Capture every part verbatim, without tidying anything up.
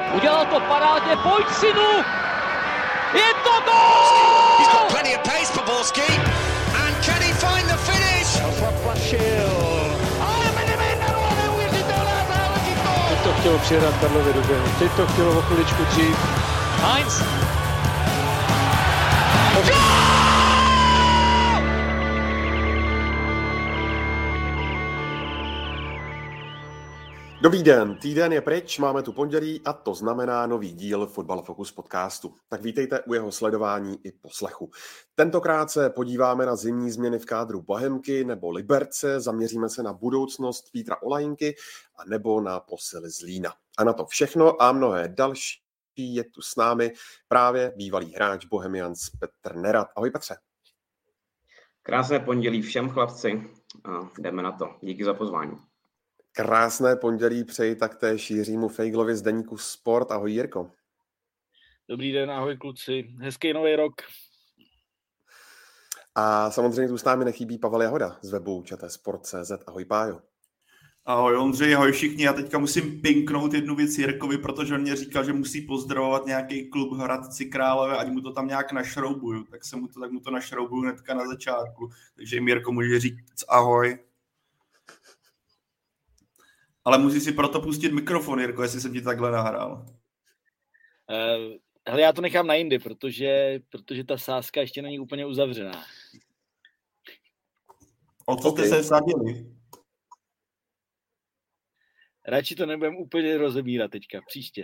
Udělal to parádně, pojď synu! Je to gól! He's got plenty of pace for Borski. And can he find the finish? Ale Medemena, neuvěřitelná záležitost! Teď to chtělo přijedat Karlově do běhu, teď to chtělo o chviličku dřív. Heinz! Dobrý den, týden je pryč, máme tu pondělí a to znamená nový díl Fotbal Focus podcastu. Tak vítejte u jeho sledování i poslechu. Tentokrát se podíváme na zimní změny v kádru Bohemky nebo Liberce, zaměříme se na budoucnost Pítra Olajinky a nebo na posily Zlína. A na to všechno a mnohé další je tu s námi právě bývalý hráč Bohemians Petr Nerad. Ahoj Petře. Krásné pondělí všem chlapci a jdeme na to. Díky za pozvání. Krásné pondělí přeji taktéž Jiřímu Fejglovi z deníku Sport. Ahoj Jirko. Dobrý den, ahoj kluci. Hezký nový rok. A samozřejmě tu s námi nechybí Pavel Jahoda z webu čtsport tečka cé zet. Ahoj Pájo. Ahoj Ondřej, ahoj všichni. Já teďka musím pinknout jednu věc Jirkovi, protože on mě říkal, že musí pozdravovat nějaký klub Hradci Králové, ať mu to tam nějak našroubuju. Tak se mu to, tak mu to našroubuju hnedka na začátku. Takže jim Jirko může říct ahoj. Ale musí si proto pustit mikrofon, Jirko, jestli jsem ti takhle nahrál. Uh, hele, já to nechám na jindy, protože, protože ta sázka ještě není úplně uzavřená. O co Okay. jste se sadili? Radši to nebudem úplně rozebírat teďka, příště.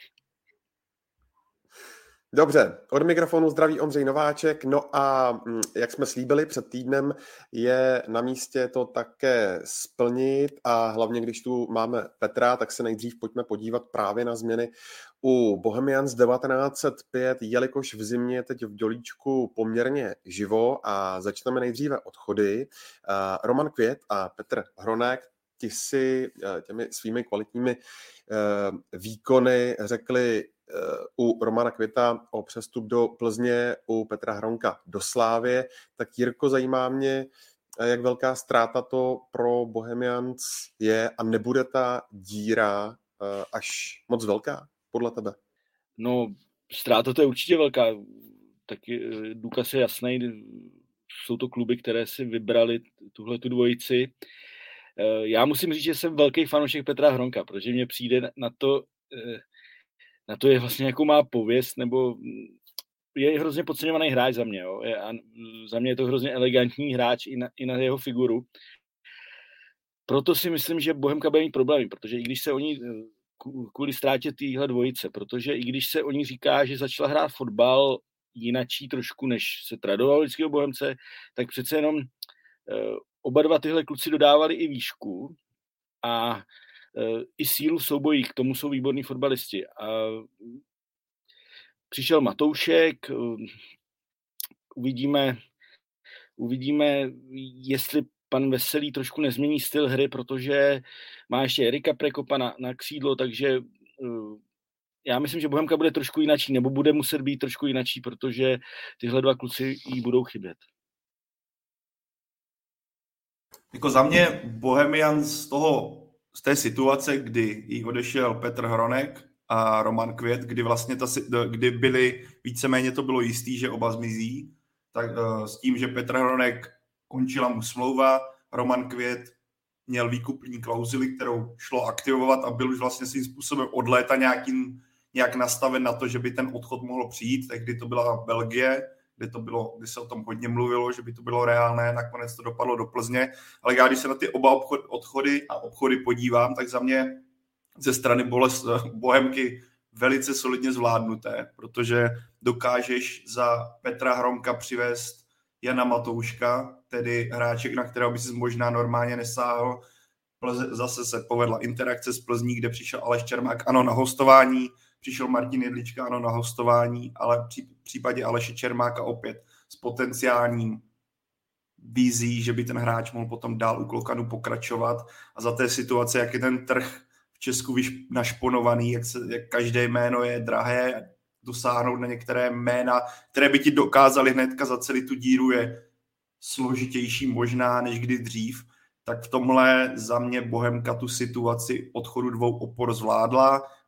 Dobře, od mikrofonu zdraví Ondřej Nováček. No a jak jsme slíbili před týdnem, je na místě to také splnit a hlavně, když tu máme Petra, tak se nejdřív pojďme podívat právě na změny u Bohemians devatenáct set pět, jelikož v zimě je teď v Dělíčku poměrně živo a začneme nejdříve odchody. Roman Květ a Petr Hronek, ti si těmi svými kvalitními výkony řekli u Romana Květa o přestup do Plzně, u Petra Hronka do Slávie. Tak Jirko, zajímá mě, jak velká ztráta to pro Bohemians je a nebude ta díra až moc velká podle tebe? No, ztráta to je určitě velká. Taky důkaz je jasný. Jsou to kluby, které si vybrali tuhle tu dvojici. Já musím říct, že jsem velký fanoušek Petra Hronka, protože mně přijde na to, na to je vlastně jakou má pověst, nebo je hrozně podceňovaný hráč za mě. Jo? Je, a za mě je to hrozně elegantní hráč i na, i na jeho figuru. Proto si myslím, že Bohemka bude mít problémy, protože i když se oni kvůli ztrátě téhle dvojice, protože i když se o ní říká, že začala hrát fotbal jinačí trošku, než se tradoval vždycky o Bohemce, tak přece jenom oba dva tyhle kluci dodávali i výšku a i sílu v souboji, k tomu jsou výborní fotbalisti. A přišel Matoušek, uvidíme, uvidíme, jestli pan Veselý trošku nezmění styl hry, protože má ještě Erika Prekopa na, na křídlo, takže já myslím, že Bohemka bude trošku jinačí, nebo bude muset být trošku jinačí, protože tyhle dva kluci jí budou chybět. Jako za mě Bohemian z toho z té situace, kdy jí odešel Petr Hronek a Roman Květ, kdy vlastně ta, kdy byli, víceméně to bylo jistý, že oba zmizí, tak uh, s tím, že Petr Hronek končila mu smlouva, Roman Květ měl výkupní klauzuli, kterou šlo aktivovat a byl už vlastně svým způsobem od léta nějakým, nějak nastaven na to, že by ten odchod mohl přijít, tehdy to byla Belgie, kdy, to bylo, kdy se o tom hodně mluvilo, že by to bylo reálné, nakonec to dopadlo do Plzně, ale já když se na ty oba obchod, odchody a obchody podívám, tak za mě ze strany Boles, Bohemky velice solidně zvládnuté, protože dokážeš za Petra Hronka přivést Jana Matouška, tedy hráček, na kterého by si možná normálně nesáhl. Plze, zase se povedla interakce s Plzní, kde přišel Aleš Čermák, ano, na hostování, přišel Martin Jedlička, ano, na hostování, ale v případě Aleše Čermáka opět s potenciálním vizí, že by ten hráč mohl potom dál u Klokanu pokračovat. A za té situace, jak je ten trh v Česku našponovaný, jak, se, jak každé jméno je drahé, dosáhnout na některé jména, které by ti dokázali hnedka za celý tu díru, je složitější možná než kdy dřív. Tak v tomhle za mě Bohemka tu situaci odchodu dvou opor zvládla.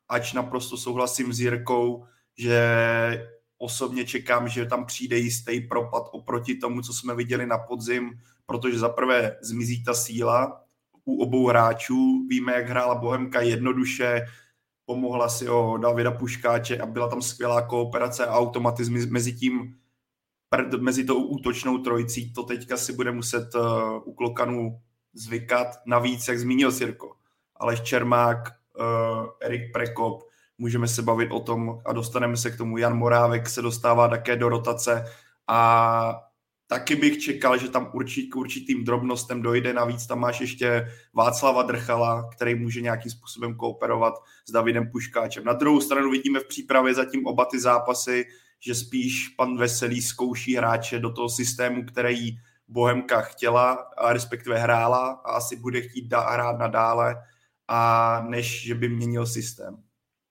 ač naprosto souhlasím s Jirkou, že osobně čekám, že tam přijde jistý propad oproti tomu, co jsme viděli na podzim, protože zaprvé zmizí ta síla u obou hráčů. Víme, jak hrála Bohemka jednoduše, pomohla si o Davida Puškáče a byla tam skvělá kooperace a automatizmy mezi tím, mezi tou útočnou trojicí. To teďka si bude muset uh, u Klokanů zvykat. Navíc, jak zmínil Jirko, Aleš Čermák, uh, Erik Prekop, můžeme se bavit o tom a dostaneme se k tomu. Jan Morávek se dostává také do rotace a taky bych čekal, že tam určitý, k určitým drobnostem dojde. Navíc tam máš ještě Václava Drchala, který může nějakým způsobem kooperovat s Davidem Puškáčem. Na druhou stranu vidíme v přípravě zatím oba ty zápasy, že spíš pan Veselý zkouší hráče do toho systému, který Bohemka chtěla, a respektive hrála a asi bude chtít dá, hrát nadále, a než že by měnil systém.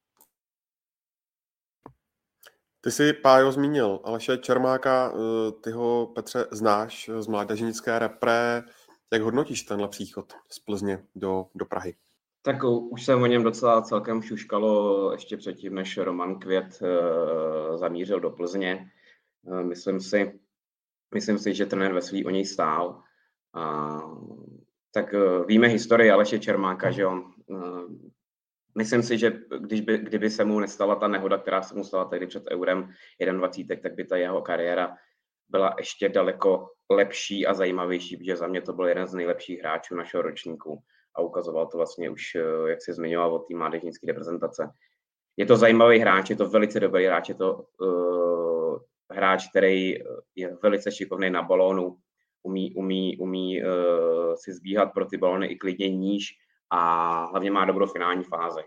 Ty jsi, Pájo, zmínil Aleše Čermáka, ty ho, Petře, znáš z mládežnické repre. Jak hodnotíš tenhle příchod z Plzně do, do Prahy? Tak už jsem o něm docela celkem šuškalo ještě předtím, než Roman Květ zamířil do Plzně. Myslím si, myslím si, že trenér Veselý o něj stál. A, tak víme historii Aleše Čermáka, že on... Myslím si, že když by, kdyby se mu nestala ta nehoda, která se mu stala tehdy před Eurem dvacet jedna, tak by ta jeho kariéra byla ještě daleko lepší a zajímavější, protože za mě to byl jeden z nejlepších hráčů našeho ročníku a ukazoval to vlastně už, jak se zmiňoval, od té mládežnické reprezentace. Je to zajímavý hráč, je to velice dobrý hráč, je to uh, hráč, který je velice šikovný na balónu, umí, umí, umí uh, si zbíhat pro ty balóny i klidně níž, a hlavně má dobrou finální fázi.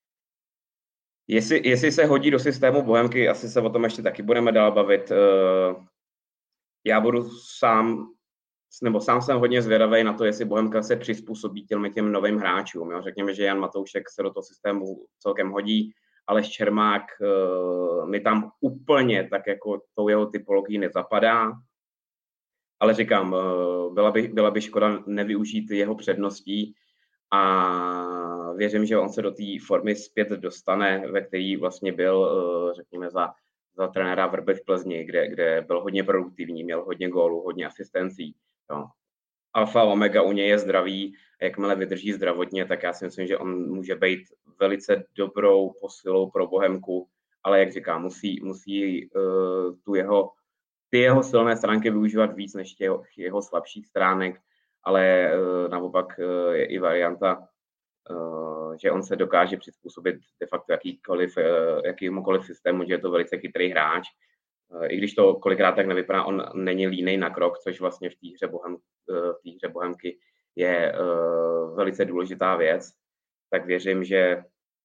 Jestli, jestli se hodí do systému Bohemky, asi se o tom ještě taky budeme dál bavit. Já budu sám, nebo sám jsem hodně zvědavý na to, jestli Bohemka se přizpůsobí těm, těm novým hráčům. Jo? Řekněme, že Jan Matoušek se do toho systému celkem hodí, Aleš Čermák mi tam úplně tak jako tou jeho typologií nezapadá. Ale říkám, byla by, byla by škoda nevyužít jeho předností, a věřím, že on se do té formy zpět dostane, ve který vlastně byl, řekněme, za, za trenéra Vrby v Plzni, kde, kde byl hodně produktivní, měl hodně gólů, hodně asistencí. Jo. Alfa omega u něj je zdravý, a jakmile vydrží zdravotně, tak já si myslím, že on může být velice dobrou posilou pro Bohemku, ale jak říkám, musí, musí uh, tu jeho, ty jeho silné stránky využívat víc než jeho, jeho slabších stránek, ale uh, naopak uh, je i varianta, uh, že on se dokáže přizpůsobit de facto jakýkoliv, uh, jakýmukoliv systému, že je to velice chytrý hráč. Uh, I když to kolikrát tak nevypadá, on není línej na krok, což vlastně v té hře, Bohem, uh, v té hře Bohemky je uh, velice důležitá věc. Tak věřím, že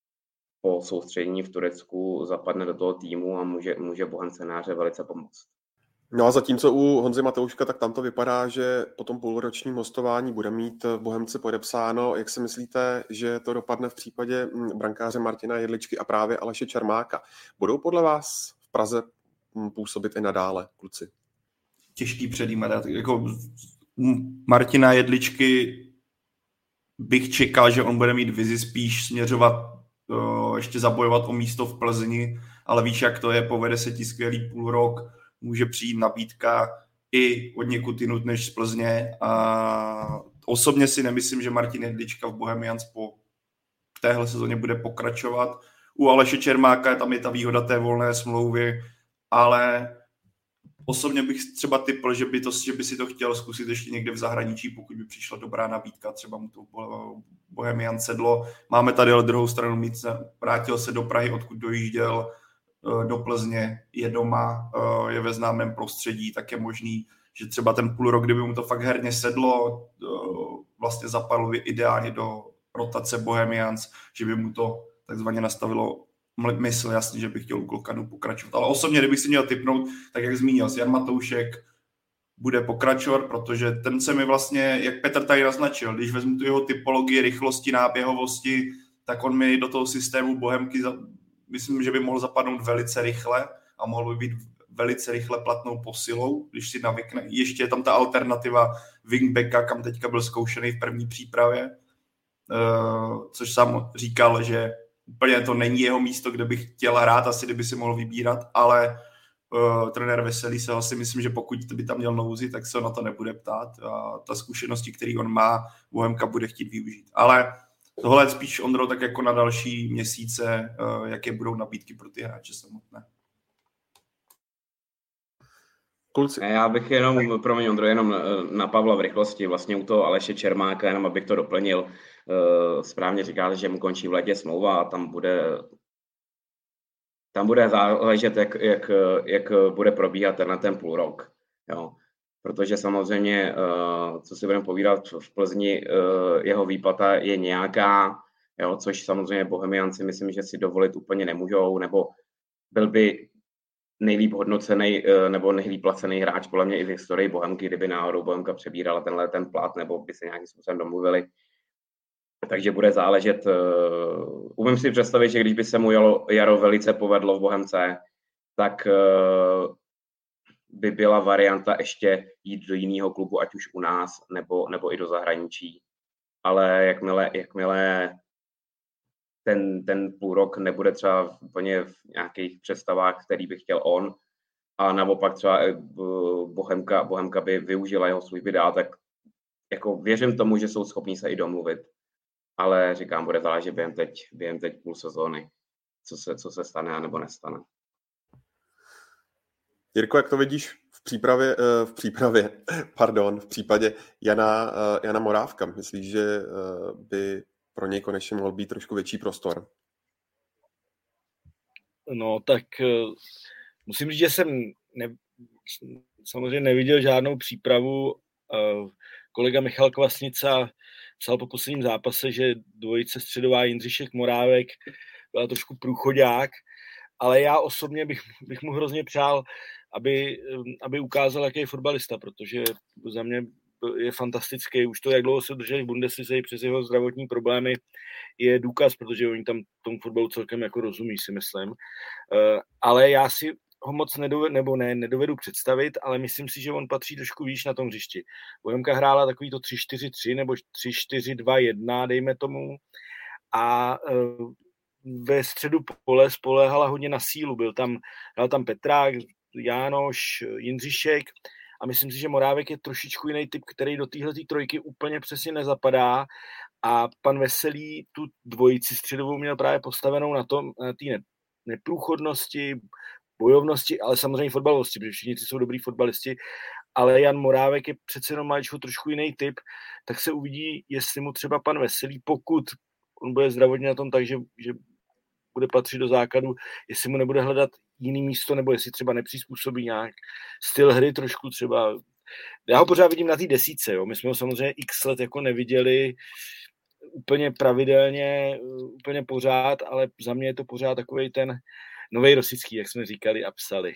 po soustředění v Turecku zapadne do toho týmu a může, může Bohemcenáře velice pomoct. No a zatímco u Honzy Matouška, tak tam to vypadá, že po tom půlročním hostování bude mít v Bohemce podepsáno. Jak si myslíte, že to dopadne v případě brankáře Martina Jedličky a právě Aleše Čermáka? Budou podle vás v Praze působit i nadále, kluci? Těžký předjímat. Jako u Martina Jedličky bych čekal, že on bude mít vizi spíš směřovat, ještě zabojovat o místo v Plzni, ale víš, jak to je, povede se ti skvělý půl rok, může přijít nabídka i od někud jinut než z Plzně. A osobně si nemyslím, že Martin Jedlička v Bohemians po téhle sezóně bude pokračovat. U Aleše Čermáka tam je ta výhoda té volné smlouvy, ale osobně bych třeba typl, že by, to, že by si to chtěl zkusit ještě někde v zahraničí, pokud by přišla dobrá nabídka, třeba mu to Bohemian sedlo. Máme tady ale druhou stranu Míce, vrátil se do Prahy, odkud dojížděl, do Plzně, je doma, je ve známém prostředí, tak je možný, že třeba ten půl rok, kdyby mu to fakt herně sedlo, vlastně zapadl ideálně do rotace Bohemians, že by mu to takzvaně nastavilo mysl, jasně, že bych chtěl u Klokanu pokračovat. Ale osobně, kdybych si měl tipnout, tak jak zmínil, Jan Matoušek bude pokračovat, protože ten se mi vlastně, jak Petr tady naznačil, když vezmu tu jeho typologii, rychlosti, náběhovosti, tak on mi do toho systému Bohemky, myslím, že by mohl zapadnout velice rychle a mohl by být velice rychle platnou posilou, když si navykne. Ještě je tam ta alternativa wingbacka, kam teďka byl zkoušený v první přípravě, což sám říkal, že úplně to není jeho místo, kde bych chtěl hrát, asi kdyby si mohl vybírat, ale uh, trenér Veselý se asi myslím, že pokud by tam měl nouzi, tak se na to nebude ptát a ta zkušenosti, který on má, Bohemka bude chtít využít. Ale tohle je spíš, Ondro, tak jako na další měsíce, uh, jaké budou nabídky pro ty hráče samotné. Kluci. Já bych jenom, promiň Ondro, jenom na Pavla v rychlosti, vlastně u toho Aleše Čermáka, jenom abych to doplnil, správně říkáte, že mu končí v létě smlouva a tam bude tam bude záležet, jak, jak, jak bude probíhat tenhle ten půl rok. Jo. Protože samozřejmě, co si budeme povídat, v Plzni jeho výplata je nějaká, jo, což samozřejmě Bohemianci myslím, že si dovolit úplně nemůžou, nebo byl by nejlíp hodnocený nebo nejlíp placený hráč podle mě i v historii Bohemky, kdyby náhodou Bohemka přebírala tenhle ten plat, nebo by se nějakým způsobem domluvili. Takže bude záležet. Uh, umím si představit, že když by se mu jaro, jaro velice povedlo v Bohemce, tak uh, by byla varianta ještě jít do jiného klubu, ať už u nás, nebo, nebo i do zahraničí. Ale jakmile, jakmile ten, ten půl rok nebude třeba úplně v nějakých představách, který by chtěl on, a naopak třeba Bohemka, Bohemka by využila jeho služby dál, tak jako věřím tomu, že jsou schopní se i domluvit. Ale říkám, bude záležet během teď, během teď půl sezóny, co se, co se stane a nebo nestane. Jirko, jak to vidíš v přípravě, v přípravě, pardon, v případě Jana, Jana Morávka? Myslíš, že by pro něj konečně mohl být trošku větší prostor? No, tak musím říct, že jsem ne, samozřejmě neviděl žádnou přípravu. Kolega Michal Kvasnica psal po posledním zápase, že dvojice středová Jindřišek Morávek byla trošku průchodák, ale já osobně bych, bych mu hrozně přál, aby, aby ukázal, jaký je fotbalista, protože za mě je fantastický. Už to, jak dlouho se drželi v Bundeslize i přes jeho zdravotní problémy, je důkaz, protože oni tam tomu fotbalu celkem jako rozumí, si myslím. Ale já si ho moc nedovedu, nebo ne, nedovedu představit, ale myslím si, že on patří trošku výš na tom hřišti. Bohemka hrála takový to tři čtyři tři nebo tři čtyři dva jedna, dejme tomu, a ve středu pole spoléhala hodně na sílu. Byl tam, byl tam Petrák, Jánoš, Jindřišek, a myslím si, že Morávek je trošičku jiný typ, který do téhle trojky úplně přesně nezapadá, a pan Veselý tu dvojici středovou měl právě postavenou na tom, na té neprůchodnosti, bojovnosti, ale samozřejmě fotbalovosti, protože všichni jsou dobrý fotbalisti, ale Jan Morávek je přece jenom maličko trošku jiný typ, tak se uvidí, jestli mu třeba pan Veselý, pokud on bude zdravotně na tom tak, že, že bude patřit do základu, jestli mu nebude hledat jiný místo, nebo jestli třeba nepřizpůsobí nějak styl hry trošku třeba. Já ho pořád vidím na té desítce, jo. My jsme ho samozřejmě x let jako neviděli úplně pravidelně, úplně pořád, ale za mě je to pořád takovej ten novej Rosický, jak jsme říkali a psali.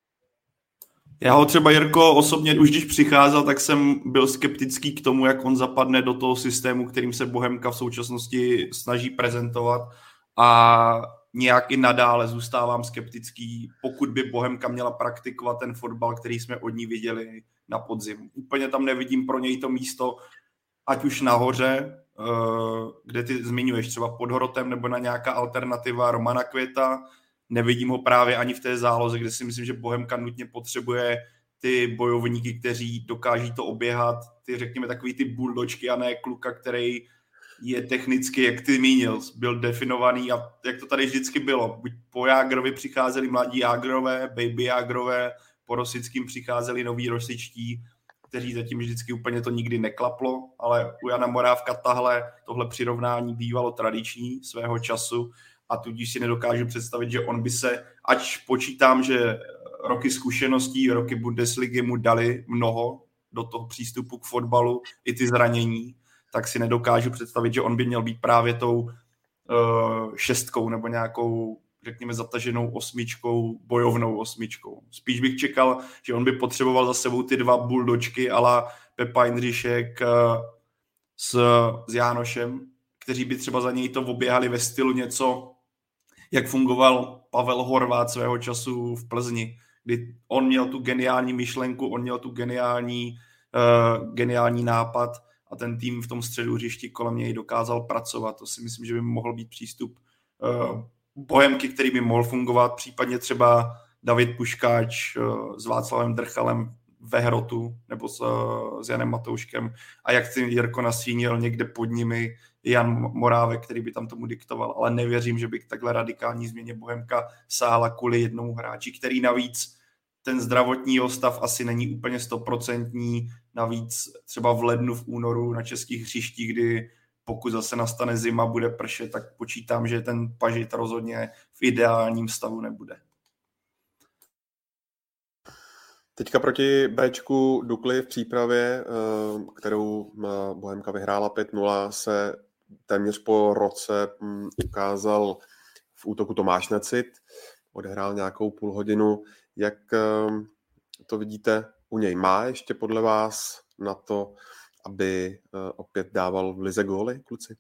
Já ho třeba, Jirko, osobně už když přicházel, tak jsem byl skeptický k tomu, jak on zapadne do toho systému, kterým se Bohemka v současnosti snaží prezentovat, a nějak i nadále zůstávám skeptický, pokud by Bohemka měla praktikovat ten fotbal, který jsme od ní viděli na podzim. Úplně tam nevidím pro něj to místo, ať už nahoře, kde ty zmiňuješ třeba pod Hrotem, nebo na nějaká alternativa Romana Květa. Nevidím ho právě ani v té záloze, kde si myslím, že Bohemka nutně potřebuje ty bojovníky, kteří dokáží to oběhat, ty řekněme takový ty bulldočky, a ne kluka, který je technicky, jak ty mínil, byl definovaný, a jak to tady vždycky bylo. Buď po Jágrovi přicházeli mladí Jágrové, baby Jágrové, po Rosickým přicházeli noví Rosičtí, kteří zatím vždycky úplně to nikdy neklaplo, ale u Jana Morávka tahle, tohle přirovnání bývalo tradiční svého času, a tudíž si nedokážu představit, že on by se, ať počítám, že roky zkušeností, roky Bundesligy mu dali mnoho do toho přístupu k fotbalu, i ty zranění, tak si nedokážu představit, že on by měl být právě tou uh, šestkou nebo nějakou, řekněme, zataženou osmičkou, bojovnou osmičkou. Spíš bych čekal, že on by potřeboval za sebou ty dva buldočky ala Pepa Jindřišek uh, s, s Jánošem, kteří by třeba za něj to oběhali ve stylu něco, jak fungoval Pavel Horváth svého času v Plzni, kdy on měl tu geniální myšlenku, on měl tu geniální, uh, geniální nápad, a ten tým v tom středu hřišti kolem něj dokázal pracovat. To si myslím, že by mohl být přístup Bohemky, který by mohl fungovat, případně třeba David Puškáč s Václavem Drchalem ve hrotu nebo s, s Janem Matouškem a jak si Jirko nastínil někde pod nimi Jan Morávek, který by tam tomu diktoval, ale nevěřím, že by k takhle radikální změně Bohemka sáhla kvůli jednomu hráči, který navíc ten zdravotní stav asi není úplně stoprocentní, navíc třeba v lednu, v únoru na českých hřištích, kdy pokud zase nastane zima, bude pršet, tak počítám, že ten Pažit rozhodně v ideálním stavu nebude. Teďka proti Bčku Dukly v přípravě, kterou Bohemka vyhrála pět nula, se téměř po roce ukázal v útoku Tomáš Necit. Odehrál nějakou půl hodinu. Jak to vidíte u něj? Má ještě podle vás na to, aby opět dával v lize góly, kluci?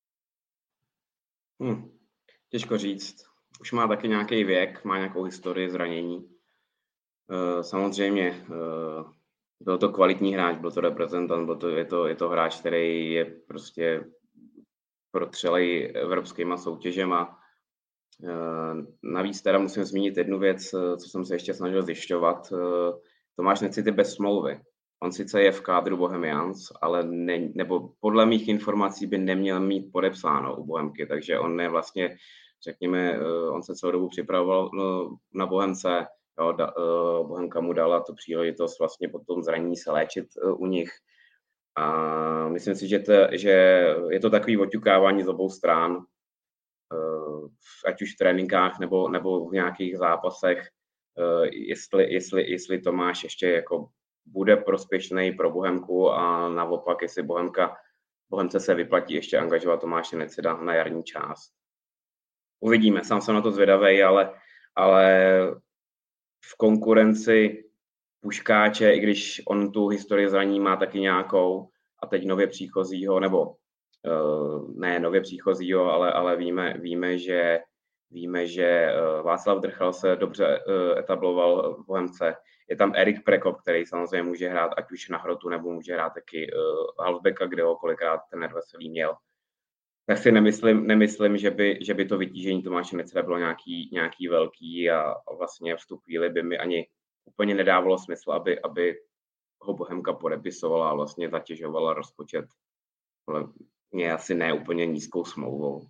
Hmm, těžko říct. Už má taky nějaký věk, má nějakou historii zranění. Samozřejmě byl to kvalitní hráč, byl to reprezentant, byl to, je, to, je to hráč, který je prostě protřelej evropskýma soutěžema. Navíc teda musím zmínit jednu věc, co jsem se ještě snažil zjišťovat. Tomáš Necit je bez smlouvy. On sice je v kádru Bohemians, ale ne, nebo podle mých informací by neměl mít podepsáno u Bohemky, takže on je vlastně, řekněme, on se celou dobu připravoval na Bohemce. Jo, da, uh, Bohemka mu dala tu příležitost vlastně po tom zranění se léčit uh, u nich. A myslím si, že, to, že je to takový oťukávání z obou stran, uh, ať už v tréninkách nebo, nebo v nějakých zápasech, uh, jestli, jestli, jestli Tomáš ještě jako bude prospěšný pro Bohemku a naopak, jestli Bohemka, Bohemce se vyplatí ještě angažovat Tomáše Necida na jarní část. Uvidíme, sám jsem na to zvědavej, ale, ale v konkurenci Puškáče, i když on tu historii zranění má taky nějakou, a teď nově příchozího, nebo uh, ne nově příchozího, ale, ale víme, víme, že, víme, že uh, Václav Drchal se dobře uh, etabloval v Bohemce. Je tam Erik Prekop, který samozřejmě může hrát ať už na hrotu, nebo může hrát taky uh, halfbacka, kde ho kolikrát ten Veselý měl. Tak si nemyslím, nemyslím že, by, že by to vytížení Tomáše Necida bylo nějaký, nějaký velký a vlastně v tu chvíli by mi ani úplně nedávalo smysl, aby, aby ho Bohemka podepisovala a vlastně zatěžovala rozpočet. Ale mě asi ne úplně nízkou smlouvou.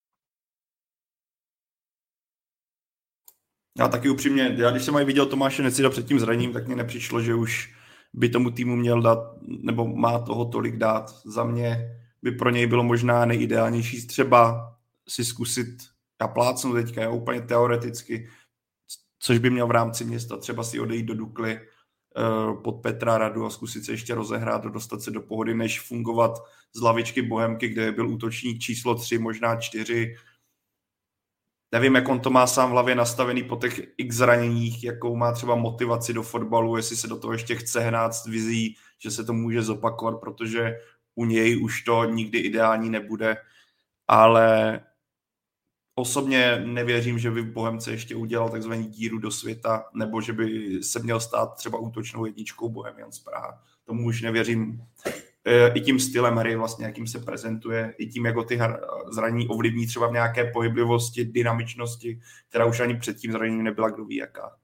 Já taky upřímně, já když jsem aj viděl Tomáše Necida před tím zraněním, tak mně nepřišlo, že už by tomu týmu měl dát, nebo má toho tolik dát. Za mě by pro něj bylo možná nejideálnější třeba si zkusit a plácnu teďka, jo, úplně teoreticky, což by měl v rámci města třeba si odejít do Dukly uh, pod Petra Radu a zkusit se ještě rozehrát a dostat se do pohody, než fungovat z lavičky Bohemky, kde byl útočník číslo tři, možná čtyři. Nevím, jak on to má sám v hlavě nastavený po těch x zraněních, jakou má třeba motivaci do fotbalu, jestli se do toho ještě chce hnát s vizí, že se to může zopakovat, protože u něj už to nikdy ideální nebude, ale osobně nevěřím, že by v Bohemce ještě udělal takzvaný díru do světa, nebo že by se měl stát třeba útočnou jedničkou Bohemians Praha. Tomu už nevěřím i tím stylem hry, vlastně, jakým se prezentuje, i tím, jak ho ty zranění ovlivní třeba v nějaké pohyblivosti, dynamičnosti, která už ani před tím zraněním nebyla kdo ví jaká.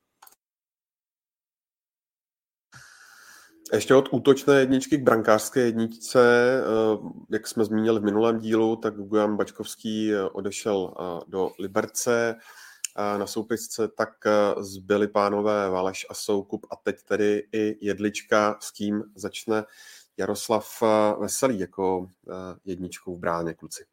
Ještě od útočné jedničky k brankářské jedničce, jak jsme zmínili v minulém dílu, tak Gujan Bačkovský odešel do Liberce. Na soupisce tak zbyli pánové Valeš a Soukup a teď tedy i Jedlička, s kým začne Jaroslav Veselý jako jedničkou v bráně, kluci.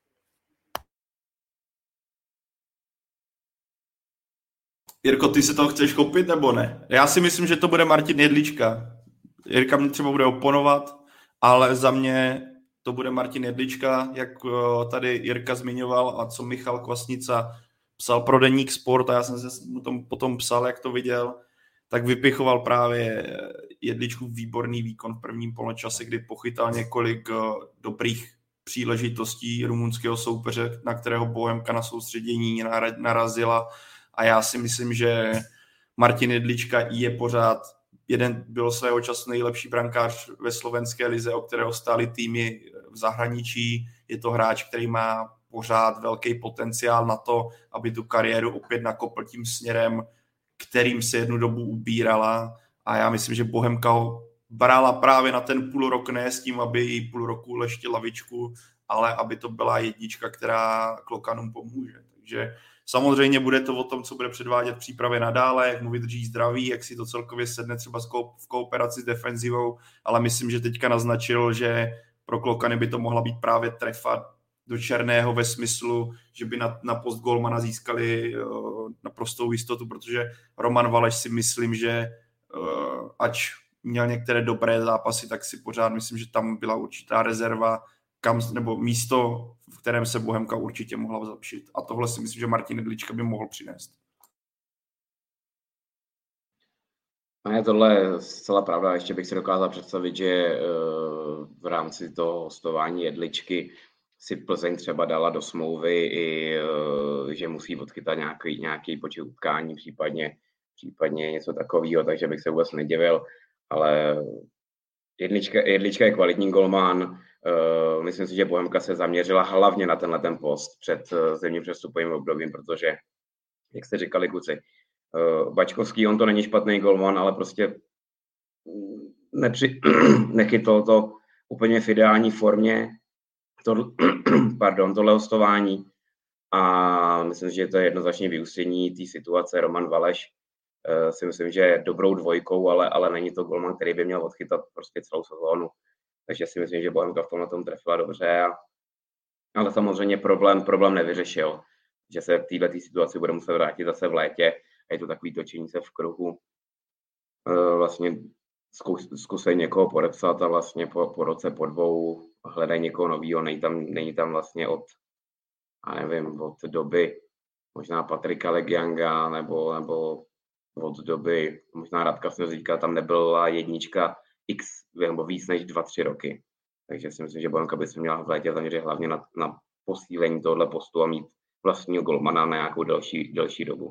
Jirko, ty se toho chceš chopit nebo ne? Já si myslím, že to bude Martin Jedlička. Jirka mě třeba bude oponovat, ale za mě to bude Martin Jedlička, jak tady Jirka zmiňoval a co Michal Kvasnica psal pro deník Sport a já jsem se potom, potom psal, jak to viděl, tak vypichoval právě Jedličku výborný výkon v prvním poločase, kdy pochytal několik dobrých příležitostí rumunského soupeře, na kterého Bohemka na soustředění narazila a já si myslím, že Martin Jedlička je pořád jeden, byl svého času nejlepší brankář ve slovenské lize, o kterého stály týmy v zahraničí. Je to hráč, který má pořád velký potenciál na to, aby tu kariéru opět nakopl tím směrem, kterým se jednu dobu ubírala. A já myslím, že Bohemka ho brala právě na ten půl rok, ne s tím, aby jí půl roku leští lavičku, ale aby to byla jednička, která Klokanům pomůže. Takže samozřejmě bude to o tom, co bude předvádět v přípravě nadále, jak mu vydrží zdraví, jak si to celkově sedne třeba v kooperaci s defenzivou, ale myslím, že teďka naznačil, že pro Klokany by to mohla být právě trefa do černého ve smyslu, že by na, na post golmana získali uh, naprostou jistotu, protože Roman Valeš si myslím, že uh, ač měl některé dobré zápasy, tak si pořád myslím, že tam byla určitá rezerva, kam, nebo místo, v kterém se Bohemka určitě mohla zlepšit. A tohle si myslím, že Martin Nedlička by mohl přinést. A je tohle zcela pravda. Ještě bych si dokázal představit, že v rámci toho hostování Jedličky si Plzeň třeba dala do smlouvy i, že musí odchytat nějaký, nějaký počet utkání, případně, případně něco takového, takže bych se vůbec nedivil. Ale Jedlička, Jedlička je kvalitní golman. Myslím si, že Bohemka se zaměřila hlavně na tenhle ten post před zimním přestupovým obdobím, protože, jak jste říkali, kluci, Bačkovský, on to není špatný golman, ale prostě nepři... nechytl to úplně v ideální formě, to, pardon, tohle hostování. A myslím, že to je jednoznačně vyústění té situace. Roman Valeš si myslím, že je dobrou dvojkou, ale, ale není to golman, který by měl odchytat prostě celou sezónu. Takže si myslím, že Bohemka v tomhle tom trefila dobře. A, ale samozřejmě problém, problém nevyřešil, že se v této situaci bude muset vrátit zase v létě. A je to takový točení se v kruhu. E, vlastně zkus, zkusej někoho podepsat a vlastně po, po roce, po dvou hledají někoho novýho. Není tam, není tam vlastně od, a nevím, od doby možná Patrika Legianga nebo, nebo od doby, možná Radka Snězíka, tam nebyla jednička x, nebo víc než dva, tři roky. Takže si myslím, že Bohemka by se měla v létě zaměřit hlavně na, na posílení tohle postu a mít vlastního golmana na nějakou delší, delší dobu.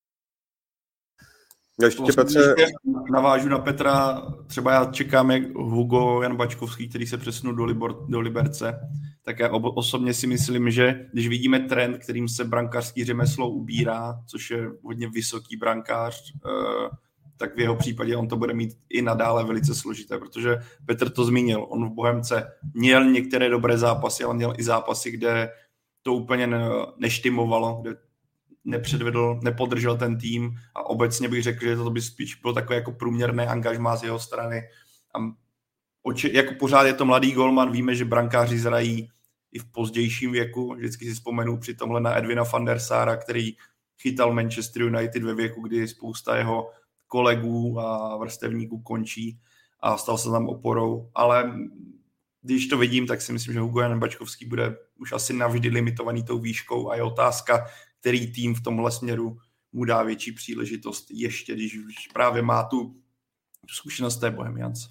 Ještě Petře... Navážu na Petra, třeba já čekám, jak Hugo Jan Bačkovský, který se přesunul do, Libor, do Liberce, tak já osobně si myslím, že když vidíme trend, kterým se brankářský řemeslo ubírá, což je hodně vysoký brankář, tak v jeho případě on to bude mít i nadále velice složité, protože Petr to zmínil, on v Bohemce měl některé dobré zápasy, ale měl i zápasy, kde to úplně neštimovalo, kde nepředvedl, nepodržel ten tým a obecně bych řekl, že to by spíš bylo takové jako průměrné angažmá z jeho strany. A oči, jako pořád je to mladý golman, víme, že brankáři zrají i v pozdějším věku. Vždycky si vzpomenu při tomhle na Edwina van der Sara, který chytal Manchester United ve věku, kdy spousta jeho kolegů a vrstevníků končí a stal se tam oporou. Ale když to vidím, tak si myslím, že Hugo Jan Bačkovský bude už asi navždy limitovaný tou výškou a je otázka, který tým v tomhle směru mu dá větší příležitost ještě, když právě má tu, tu zkušenost té Bohemians.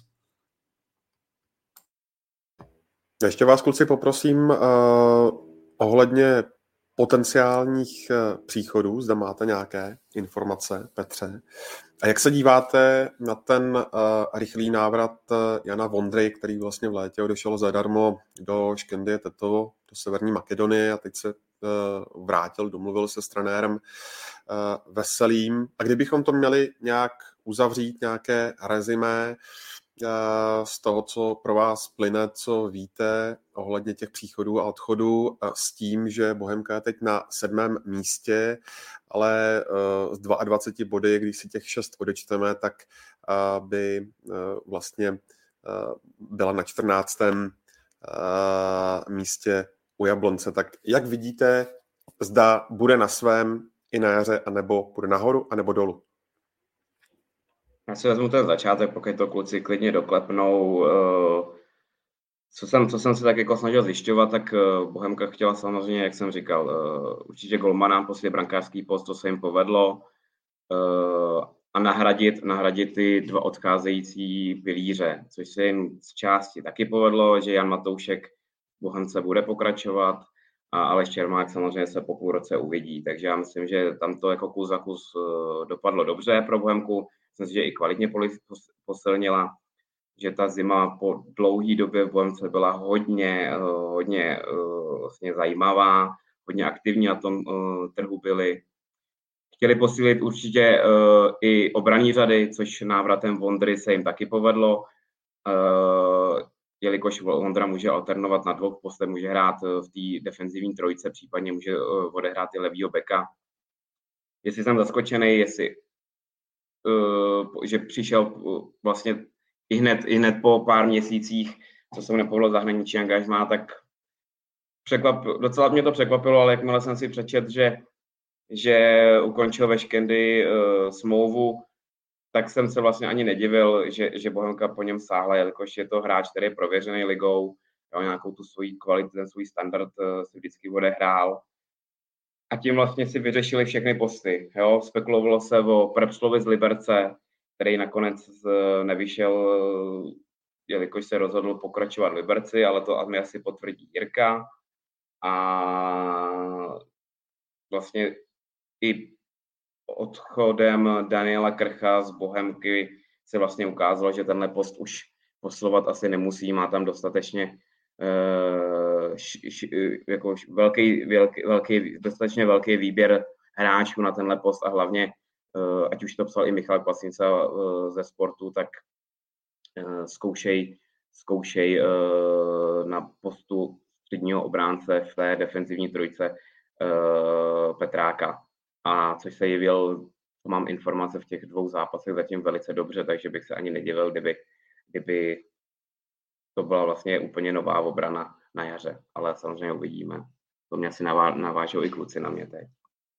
Ještě vás, kluci, poprosím uh, ohledně potenciálních uh, příchodů, zda máte nějaké informace, Petře. A jak se díváte na ten uh, rychlý návrat uh, Jana Vondry, který vlastně v létě odešel zadarmo do Škendy Tetovo, do Severní Makedonie a teď se uh, vrátil, domluvil se s trenérem uh, Veselým. A kdybychom to měli nějak uzavřít, nějaké rezimé uh, z toho, co pro vás plyne, co víte ohledně těch příchodů a odchodů, uh, s tím, že Bohemka je teď na sedmém místě, ale uh, z dvaceti dva body, když si těch šest odečteme, tak uh, by uh, vlastně uh, byla na čtrnáctém uh, místě u Jablonce. Tak jak vidíte, zda bude na svém i na jaře, anebo bude nahoru, anebo dolů? Já si vezmu ten začátek, pokud to kluci klidně doklepnou. Co jsem, co jsem se tak jako snažil zjišťovat, tak Bohemka chtěla samozřejmě, jak jsem říkal, určitě golmana, poslední brankářský post, to se jim povedlo. A nahradit, nahradit ty dva odcházející pilíře, což se jim z části taky povedlo, že Jan Matoušek v Bohemce bude pokračovat a Aleš Čermák samozřejmě se po půl roce uvidí. Takže já myslím, že tam to jako kus za kus dopadlo dobře pro Bohemku. Myslím si, že i kvalitně posilnila. že ta zima po dlouhé době v Bohemce byla hodně, hodně vlastně zajímavá, hodně aktivní na tom trhu byli. Chtěli posílit určitě i obranní řady, což návratem Vondry se jim taky povedlo, jelikož Vondra může alternovat na dvou postech, může hrát v té defenzivní trojce, případně může odehrát i levýho beka. Jestli jsem zaskočený, jestli, že přišel vlastně I hned, I hned po pár měsících, co jsem nepovolil zahraničí angažmá, tak překvap, docela mě to překvapilo, ale jakmile jsem si přečetl, že, že ukončil ve Škendy uh, smlouvu, tak jsem se vlastně ani nedivil, že, že Bohemka po něm sáhla, jelikož je to hráč, který je prověřený ligou, jo, nějakou tu svoji kvalitu, ten svůj standard uh, si vždycky odehrál. A tím vlastně si vyřešili všechny posty. Jo. Spekulovalo se o Prepslovi z Liberce, který nakonec nevyšel, jelikož se rozhodl pokračovat v Liberci, ale to mi asi potvrdí Jirka. A vlastně i odchodem Daniela Krcha z Bohemky se vlastně ukázalo, že tenhle post už posilovat asi nemusí, má tam dostatečně uh, š, š, jako velký, velký, velký, dostatečně velký výběr hráčů na tenhle post a hlavně Uh, ať už to psal i Michal Kvasnica uh, ze Sportu, tak uh, zkoušej, zkoušej uh, na postu středního obránce v té defenzivní trojce uh, Petráka. A což se jevil, to mám informace v těch dvou zápasech zatím velice dobře, takže bych se ani nedivil, kdyby, kdyby to byla vlastně úplně nová obrana na jaře. Ale samozřejmě uvidíme. To mě asi navá, navážou i kluci na mě teď.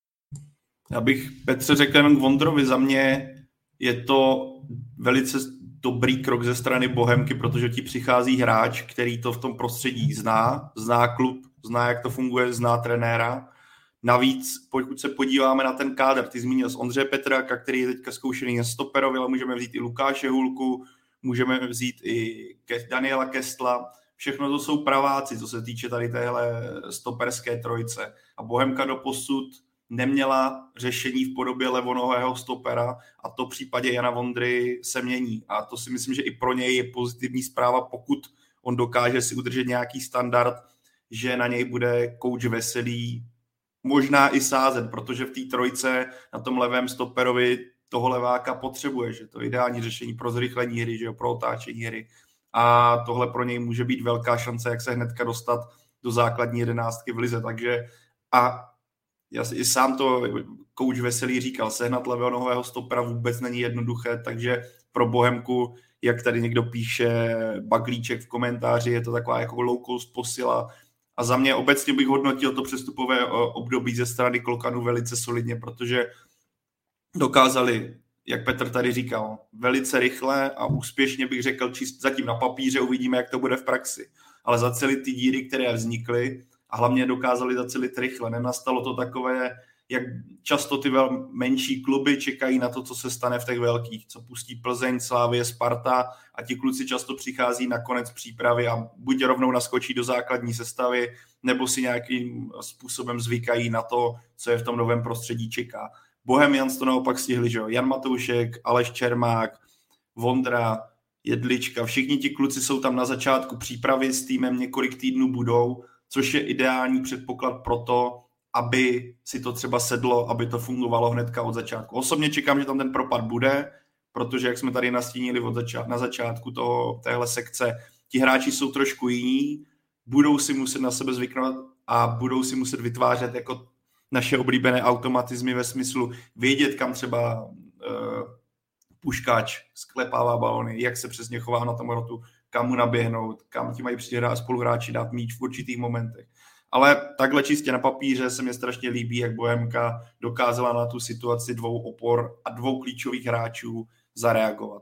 Já bych Petře řekl jenom k Vondrovi, za mě je to velice dobrý krok ze strany Bohemky, protože ti přichází hráč, který to v tom prostředí zná, zná klub, zná, jak to funguje, zná trenéra. Navíc, pokud se podíváme na ten kádr, ty zmínil z Ondřeje Petráka, který je teďka zkoušený na stoperovi, ale můžeme vzít i Lukáše Hulku, můžeme vzít i Daniela Kestla. Všechno to jsou praváci, co se týče tady téhle stoperské trojce. A Bohemka doposud neměla řešení v podobě levonohého stopera a to v případě Jana Vondry se mění. A to si myslím, že i pro něj je pozitivní zpráva, pokud on dokáže si udržet nějaký standard, že na něj bude kouč Veselý možná i sázet, protože v té trojce na tom levém stoperovi toho leváka potřebuje, že to je ideální řešení pro zrychlení hry, že jo, pro otáčení hry. A tohle pro něj může být velká šance, jak se hnedka dostat do základní jedenáctky v lize. Takže a já si i sám to kouč Veselý říkal, sehnat levého nohového stopera vůbec není jednoduché, takže pro Bohemku, jak tady někdo píše, Baglíček v komentáři, je to taková jako low cost posila. A za mě obecně bych hodnotil to přestupové období ze strany Klokanu velice solidně, protože dokázali, jak Petr tady říkal, velice rychle a úspěšně bych řekl, čist, zatím na papíře, uvidíme, jak to bude v praxi. Ale zacelit ty díry, které vznikly, a hlavně dokázali zacelit rychle. Nenastalo to takové, jak často ty vel, menší kluby čekají na to, co se stane v těch velkých, co pustí Plzeň, Slavie, Sparta a ti kluci často přichází na konec přípravy a buď rovnou naskočí do základní sestavy, nebo si nějakým způsobem zvykají na to, co je v tom novém prostředí čeká. Bohemians to naopak stihli, že jo? Jan Matoušek, Aleš Čermák, Vondra, Jedlička, všichni ti kluci jsou tam na začátku přípravy s týmem, několik týdnů budou, což je ideální předpoklad pro to, aby si to třeba sedlo, aby to fungovalo hnedka od začátku. Osobně čekám, že tam ten propad bude, protože jak jsme tady nastínili od začátku, na začátku toho, téhle sekce, ti hráči jsou trošku jiní, budou si muset na sebe zvyknout a budou si muset vytvářet jako naše oblíbené automatizmy ve smyslu vědět, kam třeba uh, puškáč sklepává balony, jak se přesně chová na tom hrotu, kam mu naběhnout, kam ti mají přijít spoluhráči dát míč v určitých momentech. Ale takhle čistě na papíře se mi strašně líbí, jak Bohemka dokázala na tu situaci dvou opor a dvou klíčových hráčů zareagovat.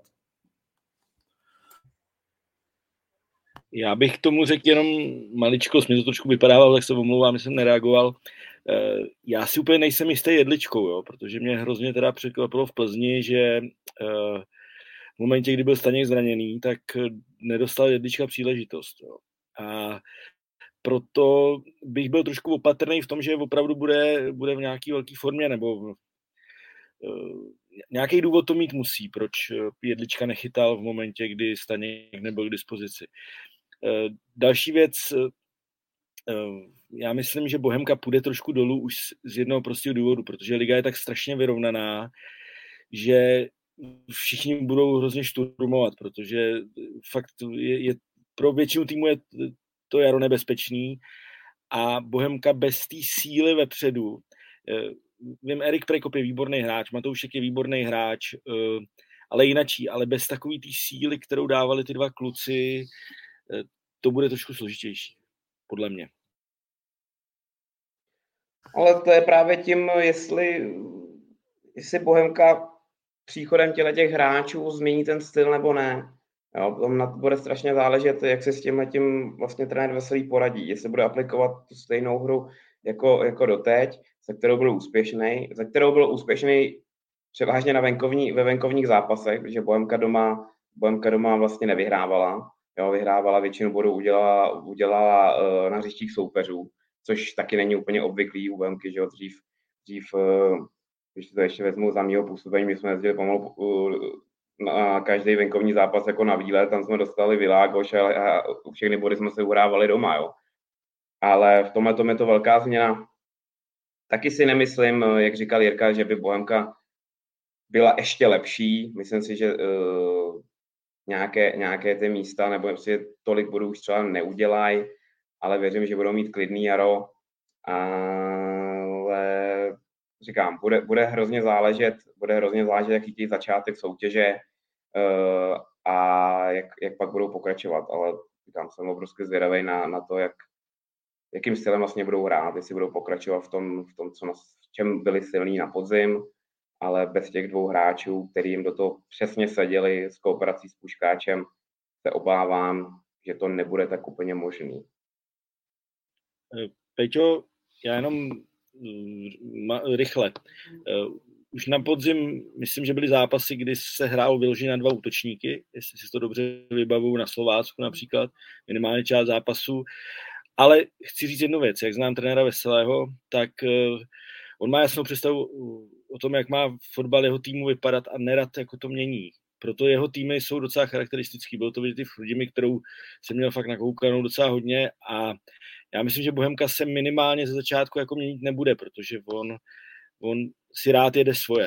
Já bych k tomu řekl jenom maličkost, mi to trošku vypadávalo, tak se omlouvám, že jsem nereagoval. Já si úplně nejsem jistý Jedličkou, jo, protože mě hrozně teda překvapilo v Plzni, že v momentě, kdy byl Staněk zraněný, tak nedostal Jedlička příležitost. Jo. A proto bych byl trošku opatrný v tom, že opravdu bude, bude v nějaký velké formě, nebo nějaký důvod to mít musí, proč Jedlička nechytal v momentě, kdy Staněk nebyl k dispozici. Další věc, já myslím, že Bohemka půjde trošku dolů už z jednoho prostého důvodu, protože liga je tak strašně vyrovnaná, že všichni budou hrozně šturmovat, protože fakt je, je pro většinu týmu je to jaro nebezpečný a Bohemka bez té síly vepředu, vím, Erik Prekop je výborný hráč, Matoušek je výborný hráč, ale jinačí, ale bez takové té síly, kterou dávali ty dva kluci, to bude trošku složitější, podle mě. Ale to je právě tím, jestli, jestli Bohemka příchodem těch hráčů změní ten styl nebo ne. Jo, tam na to bude strašně záležet, jak se s tím tím vlastně trenér Veselý poradí. Jestli bude aplikovat tu stejnou hru jako, jako doteď, se kterou byl úspěšný, za kterou byl úspěšný převážně na venkovní, ve venkovních zápasech, protože Bohemka doma, Bohemka doma vlastně nevyhrávala. Jo, vyhrávala většinu bodů, udělala, udělala uh, na hřištích soupeřů, což taky není úplně obvyklý u Bohemky, že jo, dřív, dřív uh, když to ještě vezmu za mýho působení, my jsme jezdili pomalu uh, na každý venkovní zápas jako na výlet, tam jsme dostali Világoš a, a všechny body jsme se uhrávali doma, jo. Ale v tomhle tom je to velká změna. Taky si nemyslím, jak říkal Jirka, že by Bohemka byla ještě lepší. Myslím si, že uh, nějaké, nějaké ty místa nebo si tolik bodů už třeba neudělají, ale věřím, že budou mít klidný jaro. Ale říkám, bude, bude hrozně záležet, bude hrozně záležet, jaký je začátek soutěže uh, a jak, jak pak budou pokračovat. Ale říkám, jsem obrovsky zvědavý na, na to, jak, jakým stylem vlastně budou hrát, jestli budou pokračovat v tom, v tom co na, v čem byli silní na podzim, ale bez těch dvou hráčů, který jim do toho přesně seděli s kooperací s Puškáčem, se obávám, že to nebude tak úplně možný. Peťo, já jenom ma, rychle. Už na podzim, myslím, že byly zápasy, kdy se hrálo vyloženě na dva útočníky, jestli si to dobře vybavuju, na Slovácku například, minimálně část zápasů. Ale chci říct jednu věc, jak znám trenéra Veselého, tak on má jasnou představu o tom, jak má fotbal jeho týmu vypadat a nerad jako to mění. Proto jeho týmy jsou docela charakteristický. Bylo to vidět i v Chrudimi, kterou jsem měl fakt nakoukanou docela hodně a já myslím, že Bohemka se minimálně ze začátku jako měnit nebude, protože on, on si rád jede svoje.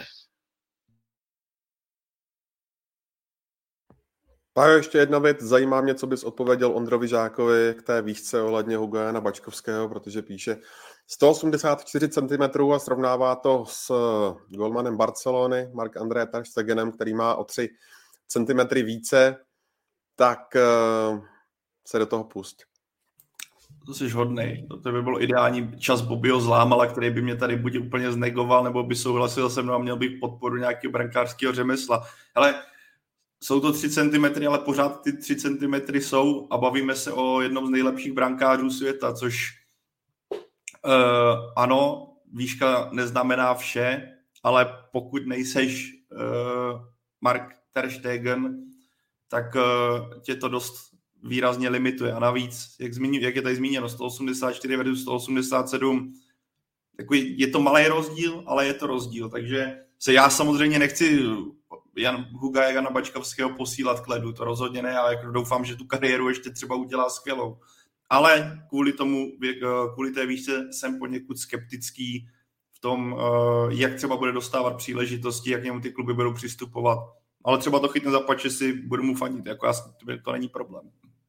Pájo, ještě jedna věc, zajímá mě, co bys odpověděl Ondrovi Žákovi k té výšce ohledně Huga Jana Bačkovského, protože píše sto osmdesát čtyři centimetrů a srovnává to s golmanem Barcelony, Marc-André ter Stegenem, který má o tři centimetry více, tak uh, se do toho pust. To jsi hodnej. To by bylo ideální čas Bobbyho Zlámala, který by mě tady buď úplně znegoval, nebo by souhlasil se mnou a měl bych podporu nějakého brankářského řemesla. Ale jsou to tři centimetry, ale pořád ty tři centimetry jsou a bavíme se o jednom z nejlepších brankářů světa, což uh, ano, výška neznamená vše, ale pokud nejseš uh, Marc ter Stegen, tak uh, tě to dost výrazně limituje. A navíc, jak, zmíní, jak je tady zmíněno, sto osmdesát čtyři versus sto osmdesát sedm, takový, je to malý rozdíl, ale je to rozdíl. Takže se já samozřejmě nechci Jan Huga Jana Bačkovského posílat k ledu, to rozhodně ne, ale jako doufám, že tu kariéru ještě třeba udělá skvělou. Ale kvůli tomu, kvůli té výšce jsem poněkud skeptický v tom, jak třeba bude dostávat příležitosti, jak němu ty kluby budou přistupovat. Ale třeba to chytne za pače, si budu mu fanit, jako já, to není problém.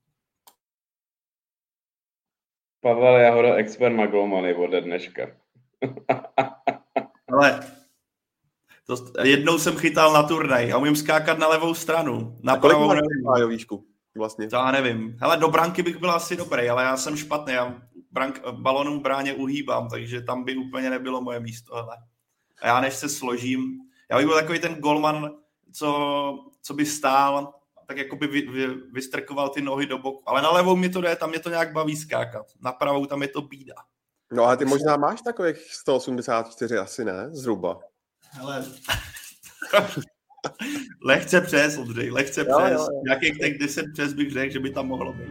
Pavel Jahoda, expert na golmany ode dneška. Ale to, jednou jsem chytal na turnaj a umím skákat na levou stranu. Na pravou nevím. Výšku, vlastně. To já nevím. Hele, do branky bych byl asi dobrý, ale já jsem špatný. Já brank, balonu v bráně uhýbám, takže tam by úplně nebylo moje místo. Hele. A já než se složím, já bych byl takový ten golman, co, co by stál, tak jako by vy, vy, vystrkoval ty nohy do boku. Ale na levou mi to jde, tam mě to nějak baví skákat. Na pravou tam je to bída. No a ty možná máš takových sto osmdesát čtyři asi, ne? Zhruba. Hele, lehce přes, Ondřej, lehce jo, přes. Jo, jo. Nějakých těch deset přes bych řekl, že by tam mohlo být.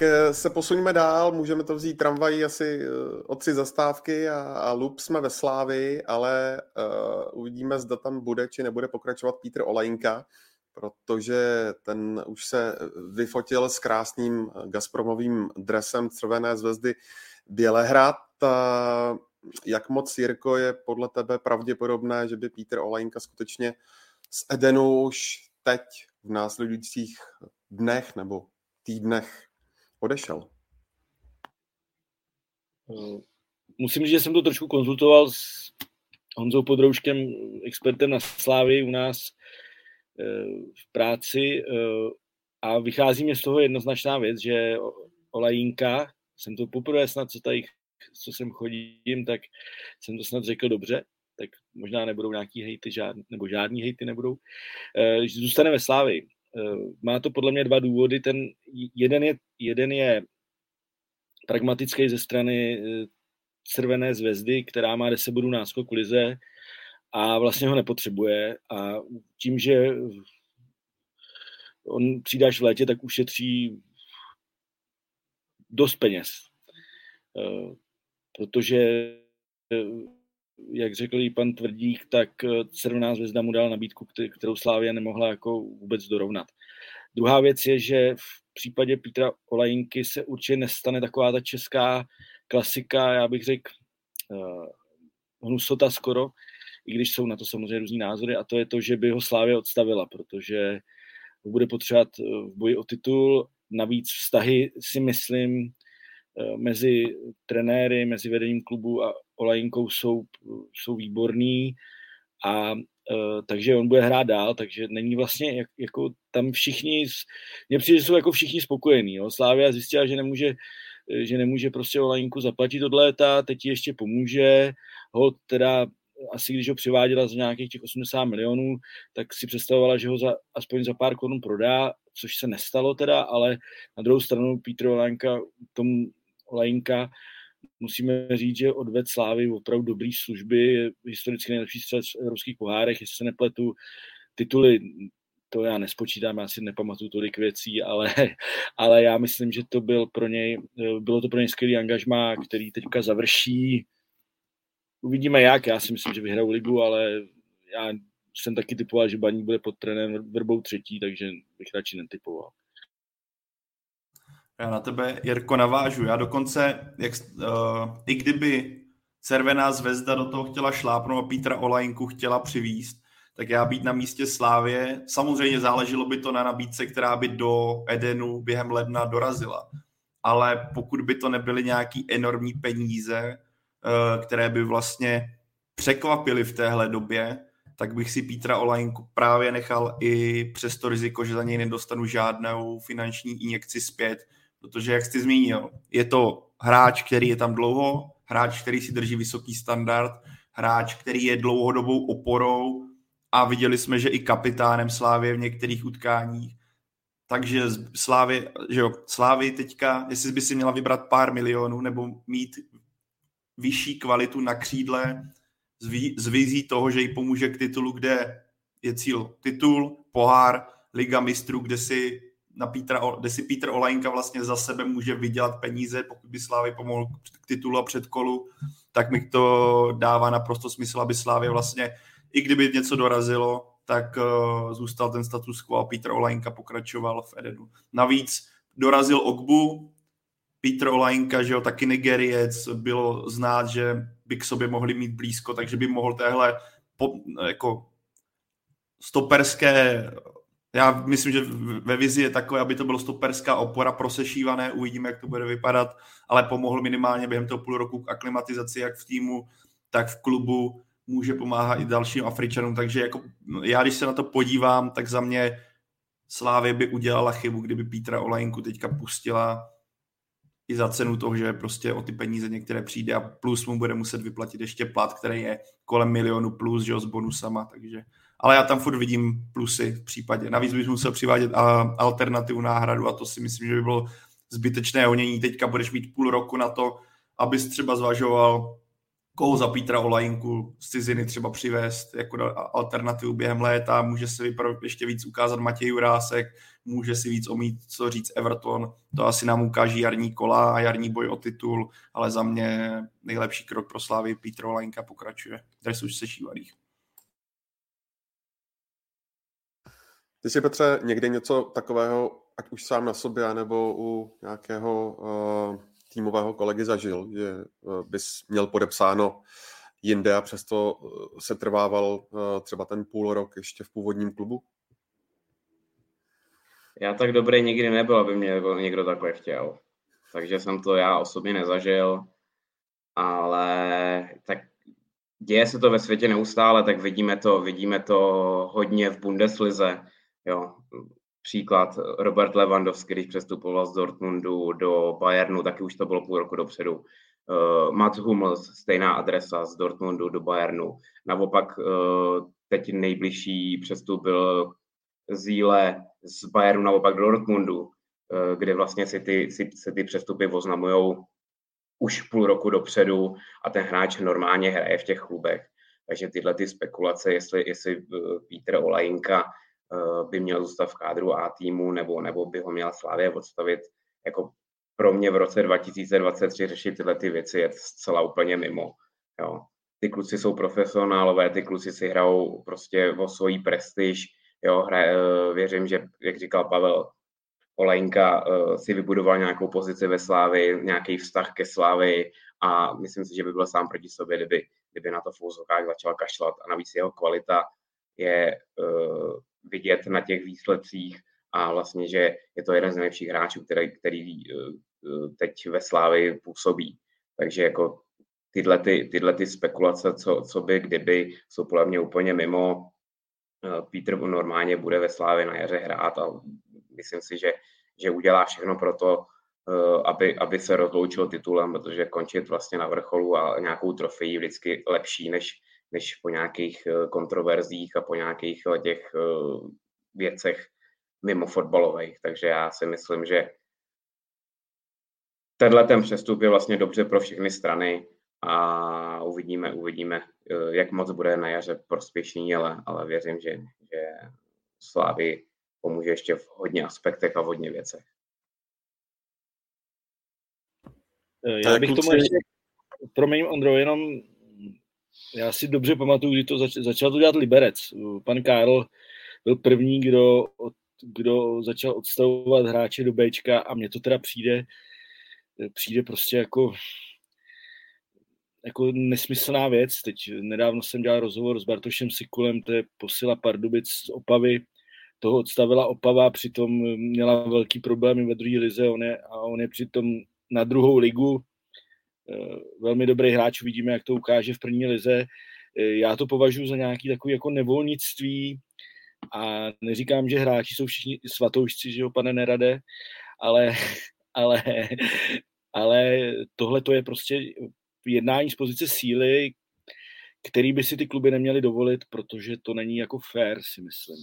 Tak se posuníme dál, můžeme to vzít tramvají asi o tři zastávky a, a lup jsme ve Slávii, ale uh, uvidíme, zda tam bude či nebude pokračovat Petr Olajinka, protože ten už se vyfotil s krásným Gazpromovým dresem Červené Zvezdy Bělehrad. Uh, jak moc, Jirko, je podle tebe pravděpodobné, že by Petr Olajinka skutečně z Edenu už teď v následujících dnech nebo týdnech odešel? Musím říct, že jsem to trošku konzultoval s Honzou Podrouškem, expertem na Slávii u nás v práci, a vychází mě z toho jednoznačná věc, že Olajinka, jsem to poprvé snad, co tady, co sem chodím, tak jsem to snad řekl dobře, tak možná nebudou nějaký hejty, žádný, nebo žádný hejty nebudou, zůstane ve Slávii. Má to podle mě dva důvody. Ten jeden je, jeden je pragmatický ze strany Červené Zvezdy, která má deset bodů náskok v lize a vlastně ho nepotřebuje. A tím, že on přijde až v létě, tak ušetří dost peněz. Protože, jak řekl i pan Tvrdík, tak Červená Zvezda mu dala nabídku, kterou Slavia nemohla jako vůbec dorovnat. Druhá věc je, že v případě Petra Olajinky se určitě nestane taková ta česká klasika, já bych řekl, uh, hnusota skoro, i když jsou na to samozřejmě různý názory, a to je to, že by ho Slavia odstavila, protože ho bude potřebovat v boji o titul. Navíc vztahy, si myslím, mezi trenéry, mezi vedením klubu a Olajinkou jsou, jsou výborný, a uh, takže on bude hrát dál, takže není vlastně jak, jako tam všichni, mně přijde, že jsou jako všichni spokojení. Jo. Slavia zjistila, že nemůže, že nemůže prostě Olajinku zaplatit od léta, teď ještě pomůže, ho teda asi když ho přiváděla za nějakých těch osmdesát milionů, tak si představovala, že ho za, aspoň za pár korun prodá, což se nestalo teda, ale na druhou stranu Petr Olajinka, tomu Olajinka, musíme říct, že odved Slávy opravdu dobrý služby, je historicky nejlepší střelec v evropských pohárech, jestli se nepletu, tituly, to já nespočítám, já si nepamatuju tolik věcí, ale, ale já myslím, že to byl pro něj, bylo to pro něj skvělý angažmá, který teďka završí. Uvidíme jak, já si myslím, že vyhrajou ligu, ale já jsem taky typoval, že Baník bude pod trenérem Vrbou třetí, takže bych radši netypoval. Já na tebe, Jirko, navážu. Já dokonce, jak, uh, i kdyby Červená Zvezda do toho chtěla šlápnout a Petra Olajinku chtěla přivízt, tak já být na místě Slávie, samozřejmě záleželo by to na nabídce, která by do Edenu během ledna dorazila. Ale pokud by to nebyly nějaký enormní peníze, uh, které by vlastně překvapily v téhle době, tak bych si Petra Olajinku právě nechal i přes to riziko, že za něj nedostanu žádnou finanční injekci zpět. Protože, jak jsi zmínil, je to hráč, který je tam dlouho, hráč, který si drží vysoký standard, hráč, který je dlouhodobou oporou a viděli jsme, že i kapitánem Slávie v některých utkáních. Takže Slávie, že jo, Slávie teďka, jestli by si měla vybrat pár milionů nebo mít vyšší kvalitu na křídle s vizí toho, že jí pomůže k titulu, kde je cíl titul, pohár, Liga mistrů, kde si na Petra, kde si Petr Olajinka vlastně za sebe může vydělat peníze, pokud by Slávy pomohl k titulu a předkolu, tak mi to dává naprosto smysl, aby Slávy vlastně, i kdyby něco dorazilo, tak uh, zůstal ten status quo a Petr Olajinka pokračoval v Edenu. Navíc dorazil Ogbu, Petr Olajinka, že jo, taky Nigeriec, bylo znát, že by k sobě mohli mít blízko, takže by mohl téhle po, jako stoperské. Já myslím, že ve vizi je takové, aby to bylo stoperská opora prosešívané, uvidíme, jak to bude vypadat, ale pomohl minimálně během toho půl roku k aklimatizaci jak v týmu, tak v klubu, může pomáhat i dalším Afričanům, takže jako já, když se na to podívám, tak za mě Slávě by udělala chybu, kdyby Petra Olajinku teďka pustila i za cenu toho, že prostě o ty peníze některé přijde a plus mu bude muset vyplatit ještě plat, který je kolem milionu plus, že jo, s bonusama, takže ale já tam furt vidím plusy v případě. Navíc bych musel přivádět alternativu náhradu a to si myslím, že by bylo zbytečné honění. Teďka budeš mít půl roku na to, abys třeba zvažoval koho za Petra Olajinku z ciziny třeba přivést jako alternativu během léta, může si vypr- ještě víc ukázat Matěj Jurásek, může si víc omít co říct Everton, to asi nám ukáží jarní kola a jarní boj o titul, ale za mě nejlepší krok pro Slávy Petr Olajinka pokračuje. Dres už se šívarých. Ty si, Petře, někdy něco takového, ať už sám na sobě, nebo u nějakého uh, týmového kolegy zažil, že uh, bys měl podepsáno jinde a přesto uh, se trvával uh, třeba ten půl rok ještě v původním klubu? Já tak dobrý nikdy nebyl, aby mě někdo takhle chtěl. Takže jsem to já osobně nezažil, ale tak děje se to ve světě neustále, tak vidíme to, vidíme to hodně v Bundeslize. Jo, příklad Robert Lewandowski, když přestupoval z Dortmundu do Bayernu, taky už to bylo půl roku dopředu. Uh, Mats Hummels, stejná adresa z Dortmundu do Bayernu. Naopak uh, teď nejbližší přestup byl Zíle z Bayernu naopak do Dortmundu, uh, kde vlastně si ty, si, si ty přestupy oznamujou už půl roku dopředu a ten hráč normálně hraje v těch klubech. Takže tyhle ty spekulace, jestli, jestli Petr Olajinka by měl zůstat v kádru A týmu, nebo, nebo by ho měla Slavia odstavit. Jako pro mě v roce dva tisíce dvacet tři řešit tyhle ty věci je zcela úplně mimo. Jo. Ty kluci jsou profesionálové, ty kluci si hrajou prostě o svojí prestiž. Jo, hraje, věřím, že, jak říkal Pavel, Olajinka si vybudoval nějakou pozici ve Slávii, nějaký vztah ke Slávii a myslím si, že by byl sám proti sobě, kdyby, kdyby na to v úzovkách začal kašlat. A navíc jeho kvalita je uh, vidět na těch výsledcích a vlastně, že je to jeden z nejlepších hráčů, který, který uh, teď ve Slávii působí. Takže jako tyhle, ty, tyhle ty spekulace, co, co by, kdyby, jsou podle mě úplně mimo. Uh, Petr normálně bude ve Slávii na jaře hrát a myslím si, že, že udělá všechno pro to, uh, aby, aby se rozloučil titulem, protože končit vlastně na vrcholu a nějakou trofejí vždycky lepší, než než po nějakých kontroverzích a po nějakých těch věcech mimo fotbalových. Takže já si myslím, že tenhle ten přestup je vlastně dobře pro všechny strany a uvidíme, uvidíme, jak moc bude na jaře prospěšný, ale, ale věřím, že, že Slávy pomůže ještě v hodně aspektech a v hodně věcech. Já bych tomu ještě, promiň Ondro, jenom já si dobře pamatuju, kdy to zač, začal to dělat Liberec. Pan Karl byl první, kdo, kdo začal odstavovat hráče do Bčka a mně to teda přijde, přijde prostě jako, jako nesmyslná věc. Teď nedávno jsem dělal rozhovor s Bartošem Sikulem, to je posila Pardubic z Opavy, toho odstavila Opava, přitom měla velký problémy ve druhé lize on je, a on je přitom na druhou ligu. Velmi dobrý hráč, vidíme, jak to ukáže v první lize. Já to považuji za nějaký takový jako nevolnictví a neříkám, že hráči jsou všichni svatoušci, že jo, pane Nerade, ale, ale, ale tohle to je prostě jednání z pozice síly, který by si ty kluby neměly dovolit, protože to není jako fair, si myslím.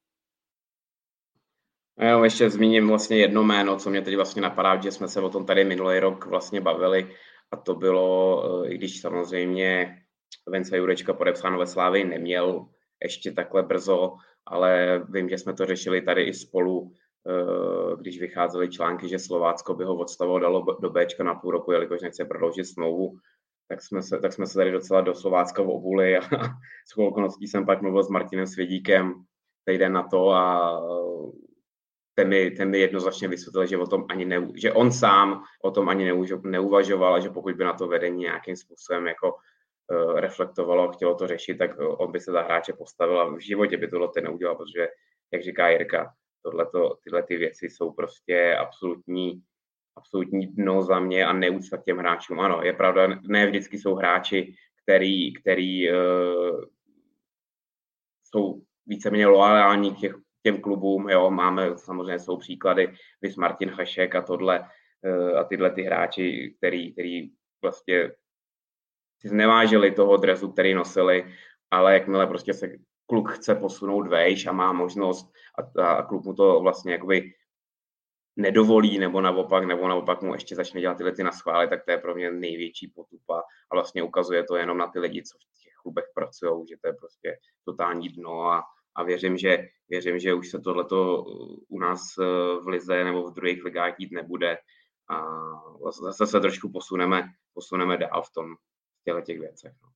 Já ještě zmíním vlastně jedno jméno, co mě teď vlastně napadá, že jsme se o tom tady minulý rok vlastně bavili, a to bylo, i když samozřejmě Vence Jurečka podepsáno ve Slávii neměl ještě takhle brzo, ale vím, že jsme to řešili tady i spolu, když vycházely články, že Slovácko by ho odstavilo, dalo do Bčka na půl roku, jelikož nechce prodloužit smlouvu, tak jsme se, tak jsme se tady docela do Slovácka obuli a s okolností jsem pak mluvil s Martinem Svědíkem týden na to a ten mi, ten mi jednoznačně vysvětlil, že, o tom ani ne, že on sám o tom ani neuvažoval a že pokud by na to vedení nějakým způsobem jako uh, reflektovalo a chtělo to řešit, tak on by se za hráče postavil a v životě by tohle neudělal, protože, jak říká Jirka, tohleto, tyhle ty věci jsou prostě absolutní, absolutní dno za mě a neúcta k těm hráčům. Ano, je pravda, ne vždycky jsou hráči, který, který uh, jsou víceméně loajální k těch těm klubům, jo, máme samozřejmě jsou příklady, vys Martin Hašek a tohle a tyhle ty hráči, který, který vlastně si znevážili toho dresu, který nosili, ale jakmile prostě se kluk chce posunout vejš a má možnost a, a klub mu to vlastně jakoby nedovolí, nebo naopak, nebo naopak mu ještě začne dělat tyhle ty naschvály, tak to je pro mě největší potupa a vlastně ukazuje to jenom na ty lidi, co v těch klubech pracují, že to je prostě totální dno a, a věřím, že, věřím, že už se tohleto u nás v lize nebo v druhých ligách jít nebude a zase se trošku posuneme, posuneme dál v tom, v těchto těch věcech. No.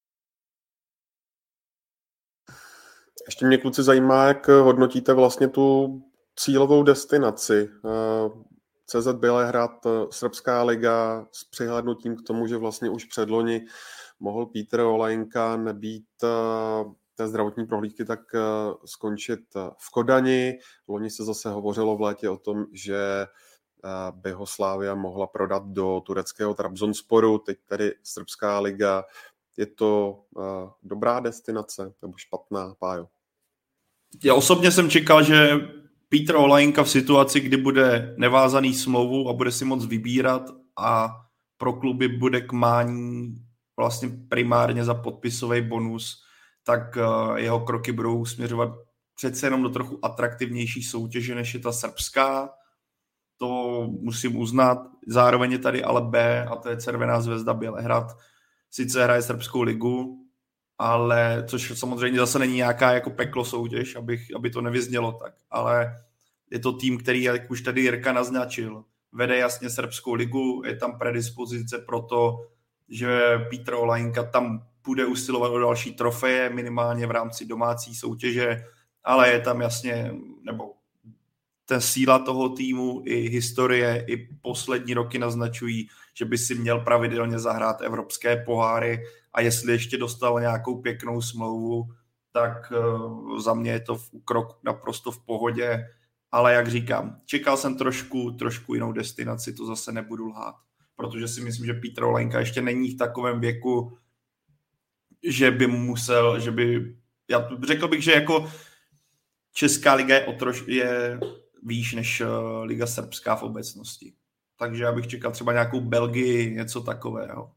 Ještě mě, kluci, zajímá, jak hodnotíte vlastně tu cílovou destinaci. C Z Bělehrad, Srbská liga, s přihlédnutím k tomu, že vlastně už předloni mohl Petr Olajinka nebýt té zdravotní prohlídky, tak skončit v Kodani. Loni se zase hovořilo v létě o tom, že by ho Slavia mohla prodat do tureckého Trabzonsporu, teď tedy Srbská liga. Je to dobrá destinace nebo špatná, Pájo? Já osobně jsem čekal, že Petr Olajinka v situaci, kdy bude nevázaný smlouvu a bude si moc vybírat a pro kluby bude k mání vlastně primárně za podpisový bonus, tak jeho kroky budou směřovat přece jenom do trochu atraktivnější soutěže, než je ta srbská. To musím uznat. Zároveň je tady ale B, a to je Červená Zvezda Bělehrad. Sice hraje srbskou ligu, ale což samozřejmě zase není nějaká jako peklo soutěž, abych, aby to nevyznělo tak, ale je to tým, který, jak už tady Jirka naznačil, vede jasně srbskou ligu, je tam predispozice pro to, že Petr Olajinka tam bude usilovat o další trofeje, minimálně v rámci domácí soutěže, ale je tam jasně, nebo ten síla toho týmu i historie, i poslední roky naznačují, že by si měl pravidelně zahrát evropské poháry a jestli ještě dostal nějakou pěknou smlouvu, tak uh, za mě je to krok naprosto v pohodě, ale jak říkám, čekal jsem trošku, trošku jinou destinaci, to zase nebudu lhát, protože si myslím, že Petr Olajinka ještě není v takovém věku, že by musel, že by, já řekl bych, že jako Česká liga je, otroš, je výš než uh, Liga srbská v obecnosti. Takže já bych čekal třeba nějakou Belgii, něco takového.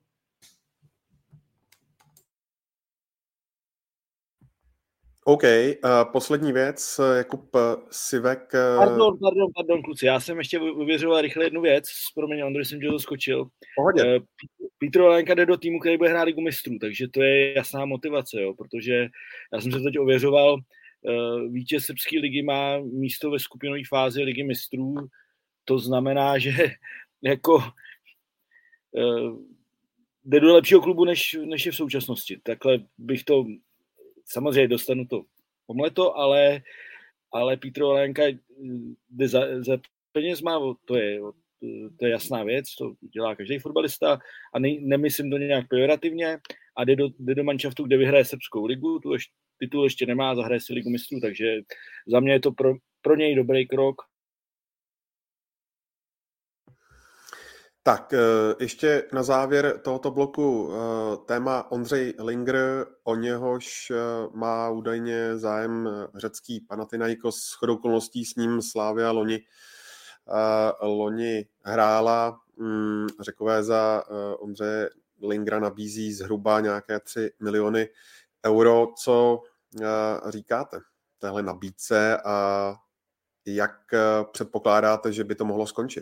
OK, uh, poslední věc, Jakub Sivek. Uh... Pardon, pardon, pardon, kluci, já jsem ještě uvěřoval rychle jednu věc, promiň, Ondřej, jsem tě to skočil. Pohodě. Uh, Petr Olajinka jde do týmu, který bude hrát Ligu mistrů, takže to je jasná motivace, jo, protože já jsem se teď ověřoval, uh, vítěz srbské ligy má místo ve skupinové fázi Ligy mistrů, to znamená, že jako uh, jde do lepšího klubu, než, než je v současnosti. Takhle bych to, samozřejmě dostanu to omleto, ale, ale Petr Olajinka jde za, za penězma, to je, to je jasná věc, to dělá každý fotbalista a ne, nemyslím to nějak pejorativně a jde do, jde do manšaftu, kde vyhraje srbskou ligu, tu ještě, titul ještě nemá, zahraje si Ligu mistrů, takže za mě je to pro, pro něj dobrý krok. Tak, ještě na závěr tohoto bloku téma Ondřej Linger, o něhož má údajně zájem řecký Panathinaikos, shodou okolností s ním Slavia loni, loni hrála. Řekové za Ondřeje Lingera nabízí zhruba nějaké tři miliony euro. Co říkáte téhle nabídce a jak předpokládáte, že by to mohlo skončit?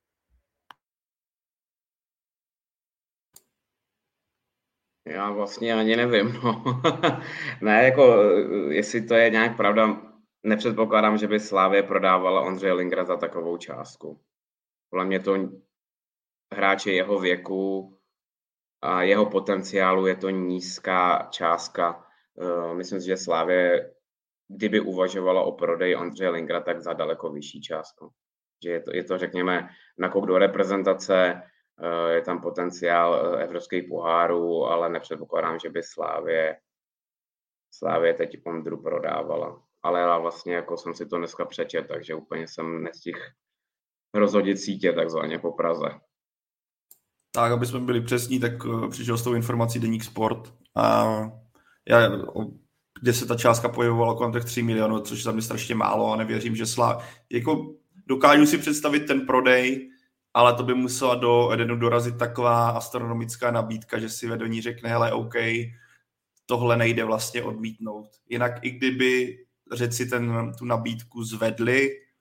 Já vlastně ani nevím. No. Ne, jako jestli to je nějak pravda, nepředpokládám, že by Slavie prodávala Ondřeje Lingera za takovou částku. Podle mě to hráče jeho věku a jeho potenciálu je to nízká částka. Myslím si, že Slavie, kdyby uvažovala o prodeji Ondřeje Lingera, tak za daleko vyšší částku. Že je to, je to řekněme, nakoup do reprezentace, je tam potenciál evropských pohárů, ale nepředpokládám, že by Slavie, Slavie teď Ondru prodávala. Ale já vlastně jako jsem si to dneska přečet, takže úplně jsem nestihl rozhodit sítě takzvaně po Praze. Tak, aby jsme byli přesní, tak přišel s tou informací Deník Sport a já, kde se ta částka pojevovala kolem těch tří milionů, což za mě strašně málo a nevěřím, že Slavie, jako dokážu si představit ten prodej, ale to by musela do Edenu dorazit taková astronomická nabídka, že si vedení řekne, hele, OK, tohle nejde vlastně odmítnout. Jinak i kdyby Řeci ten, tu nabídku zvedli,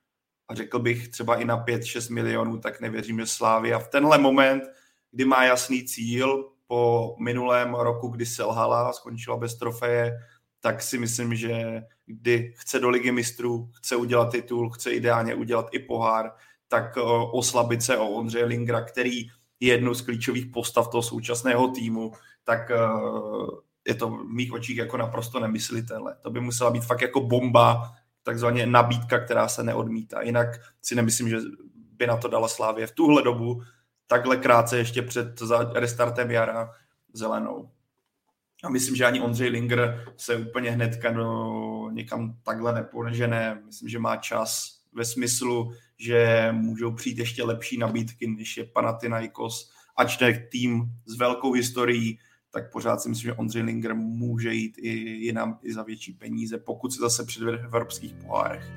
a řekl bych třeba i na pět šest milionů, tak nevěřím, že Slavia v tenhle moment, kdy má jasný cíl po minulém roku, kdy selhala, skončila bez trofeje, tak si myslím, že kdy chce do Ligy mistrů, chce udělat titul, chce ideálně udělat i pohár, tak oslabit se o Ondřeje Lingera, který je jednou z klíčových postav toho současného týmu, tak je to v mých očích jako naprosto nemyslitelné. To by musela být fakt jako bomba, takzvaně nabídka, která se neodmítá. Jinak si nemyslím, že by na to dala Slavie v tuhle dobu takhle krátce ještě před restartem jara zelenou. A myslím, že ani Ondřej Linger se úplně hnedka do někam takhle neponežene. Myslím, že má čas ve smyslu, že můžou přijít ještě lepší nabídky, než je Panathinaikos. Ač je tým s velkou historií, tak pořád si myslím, že Ondřej Linger může jít i jinam i za větší peníze, pokud se zase předvede v evropských pohárech.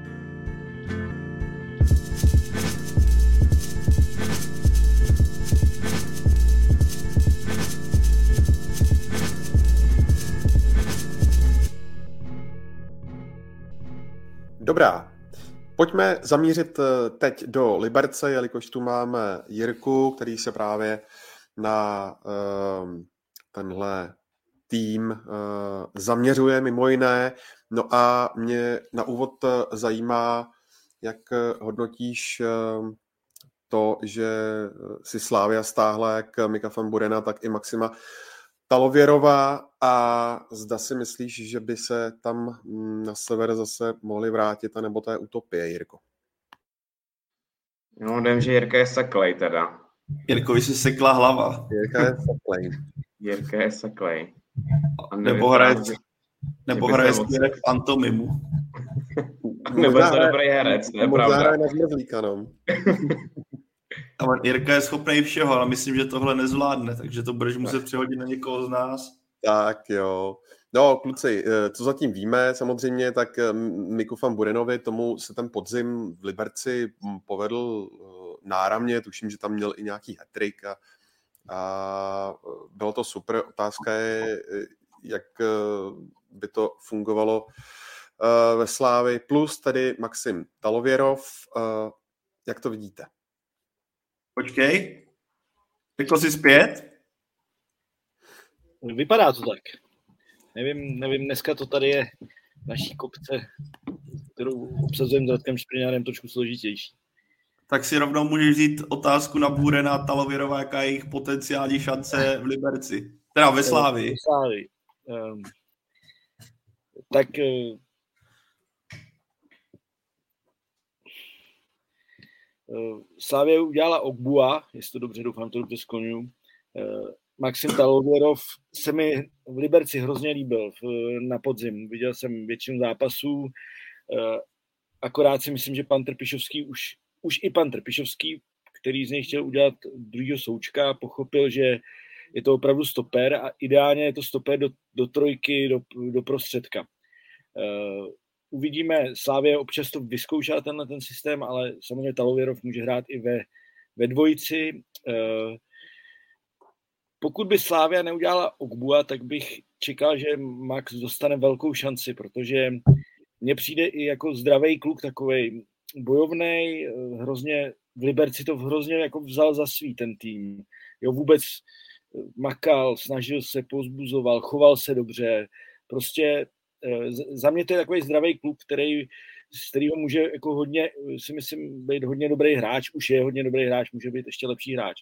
Dobrá, pojďme zamířit teď do Liberce, jelikož tu máme Jirku, který se právě na uh, tenhle tým uh, zaměřuje mimo jiné. No a mě na úvod zajímá, jak hodnotíš uh, to, že si Slavia stáhla jak Mika van Burena, tak i Maxima Talověrova, a zda si myslíš, že by se tam na sever zase mohli vrátit, anebo to je utopie, Jirko? No, vím, že Jirka je saklej teda. Jirkovi se sekla hlava. Jirka je saklej. Jirka je saklej. Nebo hraje, nebo hraje směrek v pantomimu. Nebo je to dobrý herec, to je pravda. Možná hraje na zmrzlíka, no. Ale Jirka je schopný všeho, ale myslím, že tohle nezvládne, takže to budeš muset přehodit na někoho z nás. Tak jo. No, kluci, co zatím víme, samozřejmě, tak Miku van Burenovi, tomu se ten podzim v Liberci povedl náramně, tuším, že tam měl i nějaký hat-trick a, a bylo to super. Otázka je, jak by to fungovalo ve Slávii, plus tady Maxim Talověrov. Jak to vidíte? Počkej, řekl jsi zpět? Vypadá to tak. Nevím, nevím, dneska to tady je naší kopce, kterou obsazujeme s Radkem Špriňárem, trošku složitější. Tak si rovnou můžeš vzít otázku na Burena a Talověrova, jaká je jejich potenciální šance v Liberci. Teda ve Slávii. Ve Slávii. Um, tak uh, uh, Slavia udělala Ogbua, jestli to dobře doufám, to dobře skloňuju. Uh, Maxim Talověrov se mi v Liberci hrozně líbil v, na podzim. Viděl jsem většinu zápasů, uh, akorát si myslím, že pan Trpišovský už, už i pan Trpišovský, který z něj chtěl udělat druhýho součka, pochopil, že je to opravdu stoper a ideálně je to stoper do, do trojky, do, do prostředka. Uh, uvidíme, Slavia občas to vyzkoušela tenhle ten systém, ale samozřejmě Talověrov může hrát i ve, ve dvojici. Uh, pokud by Slavia neudělala Ogbua, tak bych čekal, že Max dostane velkou šanci, protože mně přijde i jako zdravý kluk, takovej bojovnej, hrozně v Liberci to hrozně jako vzal za svý ten tým. Jo, vůbec makal, snažil se, pozbuzoval, choval se dobře. Prostě za mě to je takový zdravý kluk, který, z kterého může jako hodně, si myslím, být hodně dobrý hráč. Už je hodně dobrý hráč, může být ještě lepší hráč.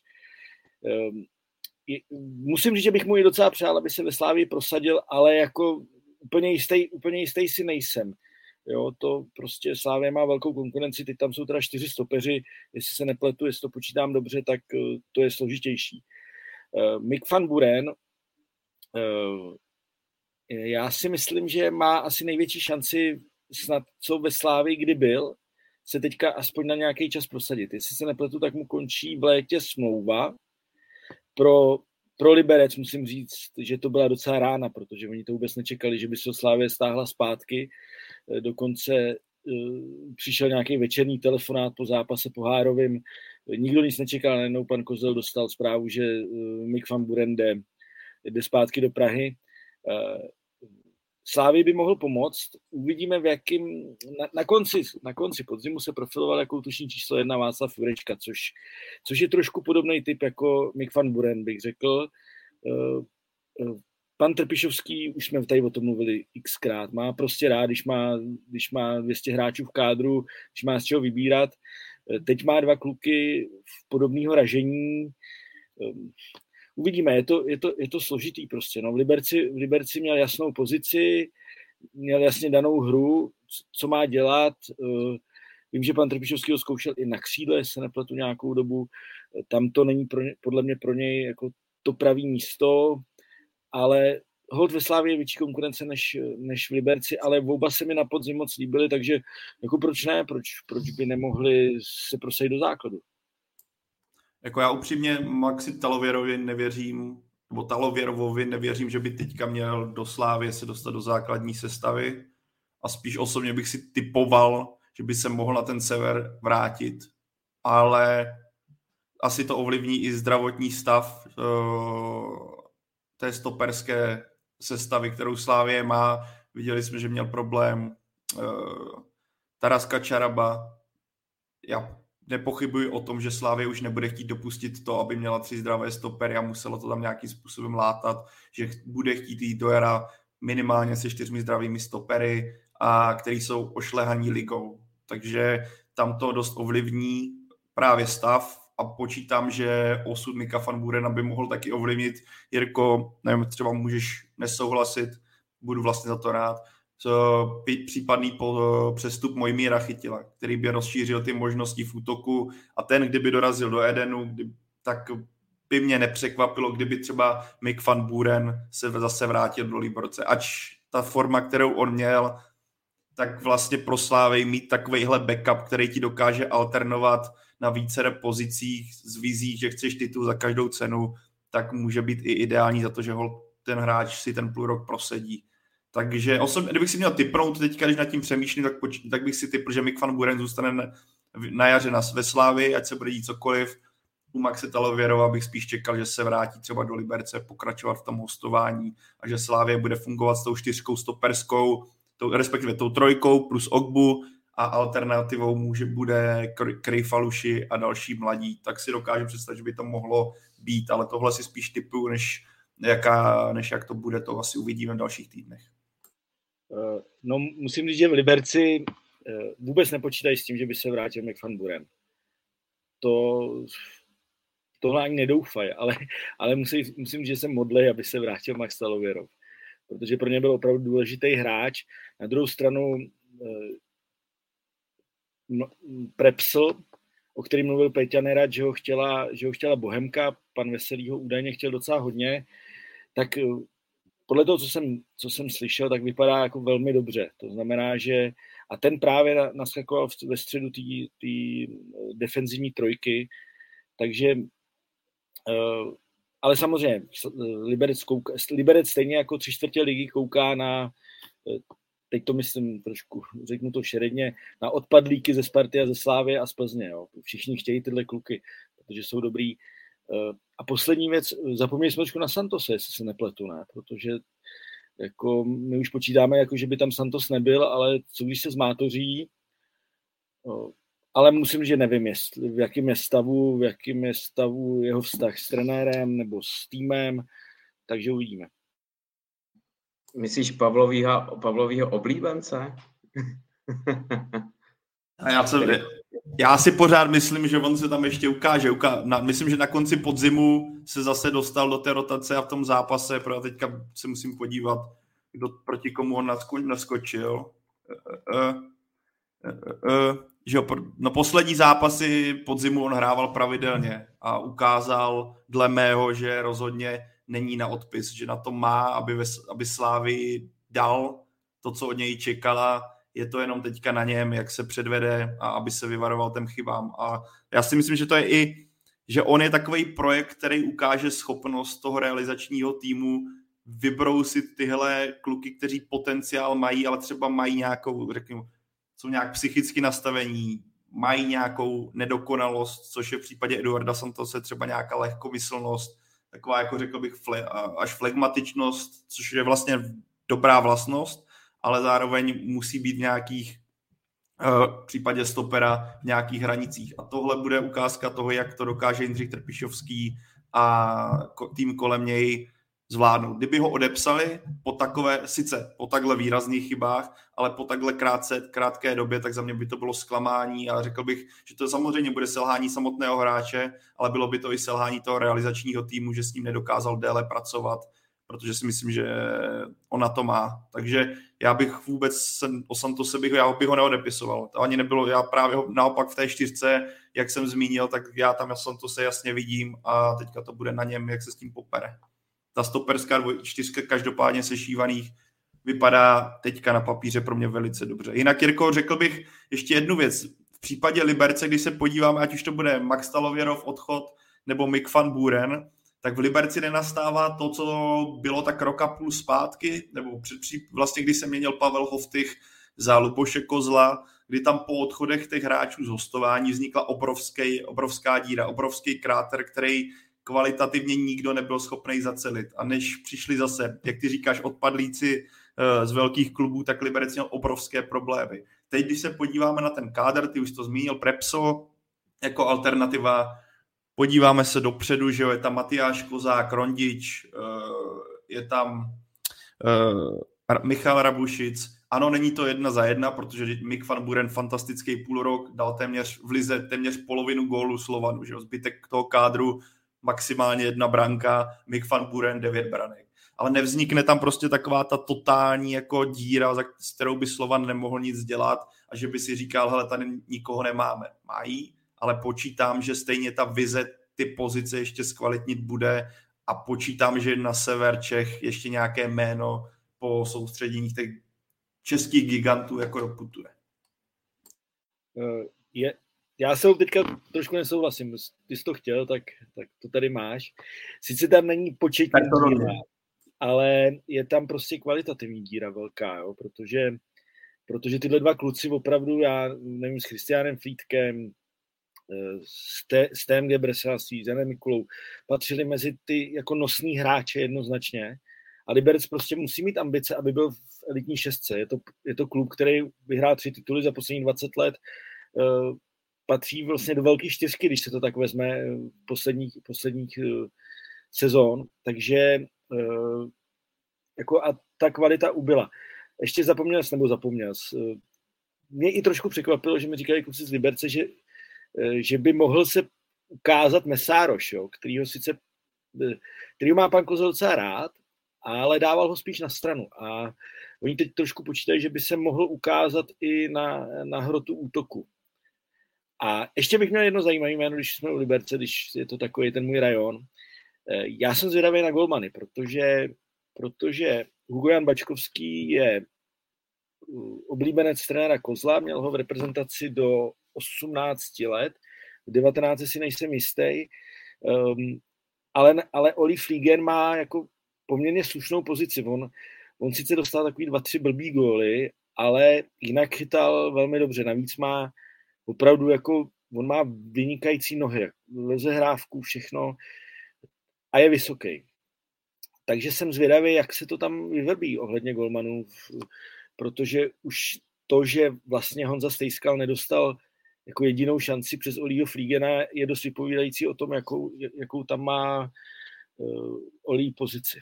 Musím říct, že bych mu i docela přál, aby se ve Slávii prosadil, ale jako úplně jistý, úplně jistý si nejsem. Jo, to prostě Slavia má velkou konkurenci, teď tam jsou teda čtyři stopeři, jestli se nepletu, jestli to počítám dobře, tak to je složitější. Uh, Mik van Buren, uh, já si myslím, že má asi největší šanci snad, co ve Slávii kdy byl, se teďka aspoň na nějaký čas prosadit. Jestli se nepletu, tak mu končí v létě smlouva. Pro, pro Liberec musím říct, že to byla docela rána, protože oni to vůbec nečekali, že by se Slavia stáhla zpátky. Dokonce uh, přišel nějaký večerní telefonát po zápase pohárovým. Nikdo nic nečekal, najednou pan Kozel dostal zprávu, že uh, Mik van Buren jde, jde zpátky do Prahy. Uh, Slávii by mohl pomoct. Uvidíme, v jakým... Na, na, konci, na konci podzimu se profiloval jako útočník číslo jedna Václav Jurečka, což, což je trošku podobný typ jako Mick van Buren, bych řekl. Uh, uh, pan Trpišovský, už jsme tady o tom mluvili xkrát, má prostě rád, když má, když má dvě stě hráčů v kádru, když má z čeho vybírat. Teď má dva kluky v podobného ražení. Uvidíme, je to, je to, je to složitý prostě. No. V, Liberci, v Liberci měl jasnou pozici, měl jasně danou hru, co má dělat. Vím, že pan Trpišovský ho zkoušel i na křídle, jestli se nepletu nějakou dobu. Tam to není pro ně, podle mě pro něj jako to pravý místo, ale holt ve Slávii je větší konkurence než, než v Liberci, ale oba se mi na podzim moc líbily, takže jako proč ne, proč, proč by nemohli se prosadit do základu. Jako já upřímně Maxi Talověrovi nevěřím, nebo Talověrovovi nevěřím, že by teďka měl do Slávie se dostat do základní sestavy a spíš osobně bych si typoval, že by se mohl na ten sever vrátit, ale asi to ovlivní i zdravotní stav uh, té stoperské sestavy, kterou Slávie má. Viděli jsme, že měl problém uh, Taras Kačaraba. Já nepochybuji o tom, že Slávie už nebude chtít dopustit to, aby měla tři zdravé stopery a muselo to tam nějakým způsobem látat, že bude chtít jít do jara minimálně se čtyřmi zdravými stopery, a který jsou ošlehaní ligou. Takže tam to dost ovlivní právě stav a počítám, že osud Micka van Burena by mohl taky ovlivnit. Jirko, nevím, třeba můžeš nesouhlasit, budu vlastně za to rád. Případný přestup Mojmíra Chytila, který by rozšířil ty možnosti v útoku a ten, kdyby dorazil do Edenu, kdy, tak by mě nepřekvapilo, kdyby třeba Mick van Buren se zase vrátil do Liberce. Ač ta forma, kterou on měl, tak vlastně pro Slávy mít takovejhle backup, který ti dokáže alternovat na více pozicích z vizí, že chceš titul za každou cenu, tak může být i ideální za to, že ho ten hráč si ten půl rok prosedí. Takže osobně, kdybych si měl tipnout teďka, když nad tím přemýšlím, tak, poč- tak bych si tipl, že Mick van Buren zůstane na, na jaře na, ve Slávii, ať se bude dít cokoliv. U Maxe Talověrova bych spíš čekal, že se vrátí třeba do Liberce, pokračovat v tom hostování a že Slávie bude fungovat s tou čtyřkou stoperskou, tou, respektive tou trojkou plus Ogbu a alternativou může bude Krejfaluši a další mladí. Tak si dokážu představit, že by to mohlo být, ale tohle si spíš tipuju, než, jaká, než jak to bude, to asi uvidíme v dalších týdnech. No, musím říct, že v Liberci vůbec nepočítají s tím, že by se vrátil Mick van Buren. To, tohle ani nedoufají, ale, ale musím, musím, že se modlí, aby se vrátil Max Talověrov. Protože pro ně byl opravdu důležitý hráč. Na druhou stranu no, Prepsl, o kterém mluvil Peťa Nerad, že ho chtěla, že ho chtěla Bohemka, pan Veselý ho údajně chtěl docela hodně, tak podle toho, co jsem, co jsem slyšel, tak vypadá jako velmi dobře. To znamená, že a ten právě naskakoval ve středu té defenzivní trojky, takže uh, ale samozřejmě Liberec, kouká, Liberec stejně jako tři čtvrtě ligy kouká na, teď to myslím trošku, řeknu to šeredně, na odpadlíky ze Sparty a ze Slávie a z Plzně. Jo. Všichni chtějí tyhle kluky, protože jsou dobrý. A poslední věc, zapomněli jsme trošku na Santose, jestli se nepletu, ne? Protože jako my už počítáme, jako, že by tam Santos nebyl, ale co když se zmátoří, ale musím, že nevím, jestli, v jakém je stavu, v jakém je stavu jeho vztah s trenérem nebo s týmem, takže uvidíme. Myslíš Pavlovýho, Pavlovýho oblíbence? A já, se, já si pořád myslím, že on se tam ještě ukáže. Uká, na, myslím, že na konci podzimu se zase dostal do té rotace a v tom zápase, protože teďka se musím podívat, kdo, proti komu on naskočil. Uh, uh, uh, uh, že no poslední zápasy podzimu on hrával pravidelně a ukázal dle mého, že rozhodně není na odpis, že na to má, aby, ve, aby Slávii dal to, co od něj čekala. Je to jenom teďka na něm, jak se předvede a aby se vyvaroval těm chybám. A já si myslím, že to je i, že on je takový projekt, který ukáže schopnost toho realizačního týmu vybrousit tyhle kluky, kteří potenciál mají, ale třeba mají nějakou, řekněme, jsou nějak psychicky nastavení, mají nějakou nedokonalost, což je v případě Eduarda Santose třeba nějaká lehkomyslnost, taková, jako řekl bych, fle, až flegmatičnost, což je vlastně dobrá vlastnost, ale zároveň musí být v nějakých v případě stopera v nějakých hranicích. A tohle bude ukázka toho, jak to dokáže Jindřich Trpišovský a tým kolem něj zvládnout. Kdyby ho odepsali po takové, sice po takhle výrazných chybách, ale po takhle krátce, krátké době, tak za mě by to bylo zklamání a řekl bych, že to samozřejmě bude selhání samotného hráče, ale bylo by to i selhání toho realizačního týmu, že s ním nedokázal déle pracovat, protože si myslím, že on na to má. Takže já bych vůbec o Santose bych, já bych ho neodepisoval. To ani nebylo, já právě ho, naopak v té čtyřce, jak jsem zmínil, tak já tam Santose jasně vidím a teďka to bude na něm, jak se s tím popere. Ta stoperská dvoj, čtyřka každopádně sešívaných vypadá teďka na papíře pro mě velice dobře. Jinak, Jirko, řekl bych ještě jednu věc. V případě Liberce, když se podíváme, ať už to bude Max Stalověrov odchod nebo Mick van Buren, tak v Liberci nenastává to, co bylo tak roka půl zpátky, nebo před, vlastně když se měnil Pavel Hoftych za Luboše Kozla, kdy tam po odchodech těch hráčů z hostování vznikla obrovský, obrovská díra, obrovský kráter, který kvalitativně nikdo nebyl schopný zacelit. A než přišli zase, jak ty říkáš, odpadlíci z velkých klubů, tak Liberec měl obrovské problémy. Teď, když se podíváme na ten kádr, ty už to zmínil, Prepso jako alternativa, podíváme se dopředu, že jo, je tam Matyáš Kozák, Rondič, je tam Michal Rabušic. Ano, není to jedna za jedna, protože Mick van Buren fantastický půlrok, dal téměř v lize téměř polovinu gólu Slovanu, že jo, zbytek toho kádru maximálně jedna branka, Mick van Buren devět branek. Ale nevznikne tam prostě taková ta totální jako díra, s kterou by Slovan nemohl nic dělat a že by si říkal, hele, tady nikoho nemáme. Mají, ale počítám, že stejně ta vize ty pozice ještě zkvalitnit bude a počítám, že na sever Čech ještě nějaké jméno po soustředěních těch českých gigantů jako doputuje. Je, já se teďka trošku nesouhlasím. Ty jsi to chtěl, tak, tak to tady máš. Sice tam není početní díra, ale je tam prostě kvalitativní díra velká, jo? Protože, protože tyhle dva kluci opravdu, já nevím, s Christianem Frýdkem, s T M G Breslasí, s Janem Mikulou, patřili mezi ty jako nosní hráče jednoznačně. A Liberec prostě musí mít ambice, aby byl v elitní šestce. Je to, je to klub, který vyhrál tři tituly za poslední dvacet let. Uh, patří vlastně do velké čtyřky, když se to tak vezme posledních, posledních uh, sezón. Takže uh, jako a ta kvalita ubyla. Ještě zapomněl jsi, nebo zapomněl jsi. Uh, mě i trošku překvapilo, že mi říkali kluci z Liberce, že, uh, že by mohl se ukázat Mesároš, jo, kterýho sice uh, kterýho má pan Kozel docela rád, ale dával ho spíš na stranu. A oni teď trošku počítají, že by se mohl ukázat i na, na hrotu útoku. A ještě bych měl jedno zajímavé jméno, když jsme u Liberce, když je to takový ten můj rajon. Já jsem zvědavý na golmany, protože, protože Hugo Jan Bačkovský je oblíbenec trenéra Kozla, měl ho v reprezentaci do osmnácti let, v devatenácti si nejsem jistý, um, ale, ale Oli Flígen má jako poměrně slušnou pozici. On, on sice dostal takový dva, tři blbý góly, ale jinak chytal velmi dobře. Navíc má opravdu jako, on má vynikající nohy, rozehrávku, všechno a je vysoký. Takže jsem zvědavý, jak se to tam vyvrbí ohledně golmanů, protože už to, že vlastně Honza Stejskal nedostal jako jedinou šanci přes Olího Flígena, je dost vypovídající o tom, jakou, jakou tam má uh, Olí pozici.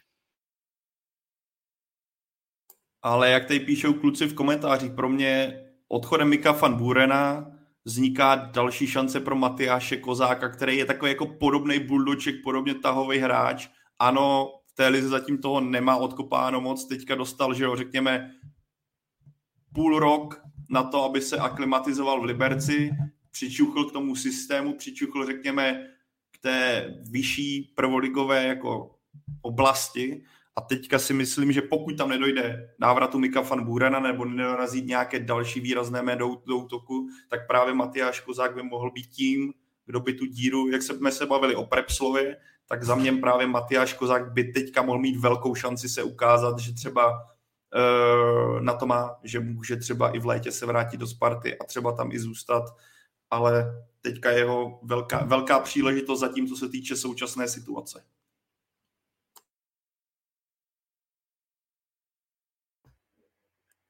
Ale jak tady píšou kluci v komentářích, pro mě odchodem Micka van Burena vzniká další šance pro Matyáše Kozáka, který je takový jako podobný buldoček, podobně tahový hráč. Ano, v té lize zatím toho nemá odkopáno moc, teďka dostal, že jo, řekněme, půl rok na to, aby se aklimatizoval v Liberci, přičuchl k tomu systému, přičuchl, řekněme, k té vyšší prvoligové jako oblasti. A teďka si myslím, že pokud tam nedojde návratu Micka van Burena nebo nedorazí nějaké další výrazné jméno do útoku, tak právě Matyáš Kozák by mohl být tím, kdo by tu díru, jak jsme se bavili o Prepslovi, tak za mě právě Matyáš Kozák by teďka mohl mít velkou šanci se ukázat, že třeba uh, na to má, že může třeba i v létě se vrátit do Sparty a třeba tam i zůstat, ale teďka je jeho velká, velká příležitost zatím, co se týče současné situace.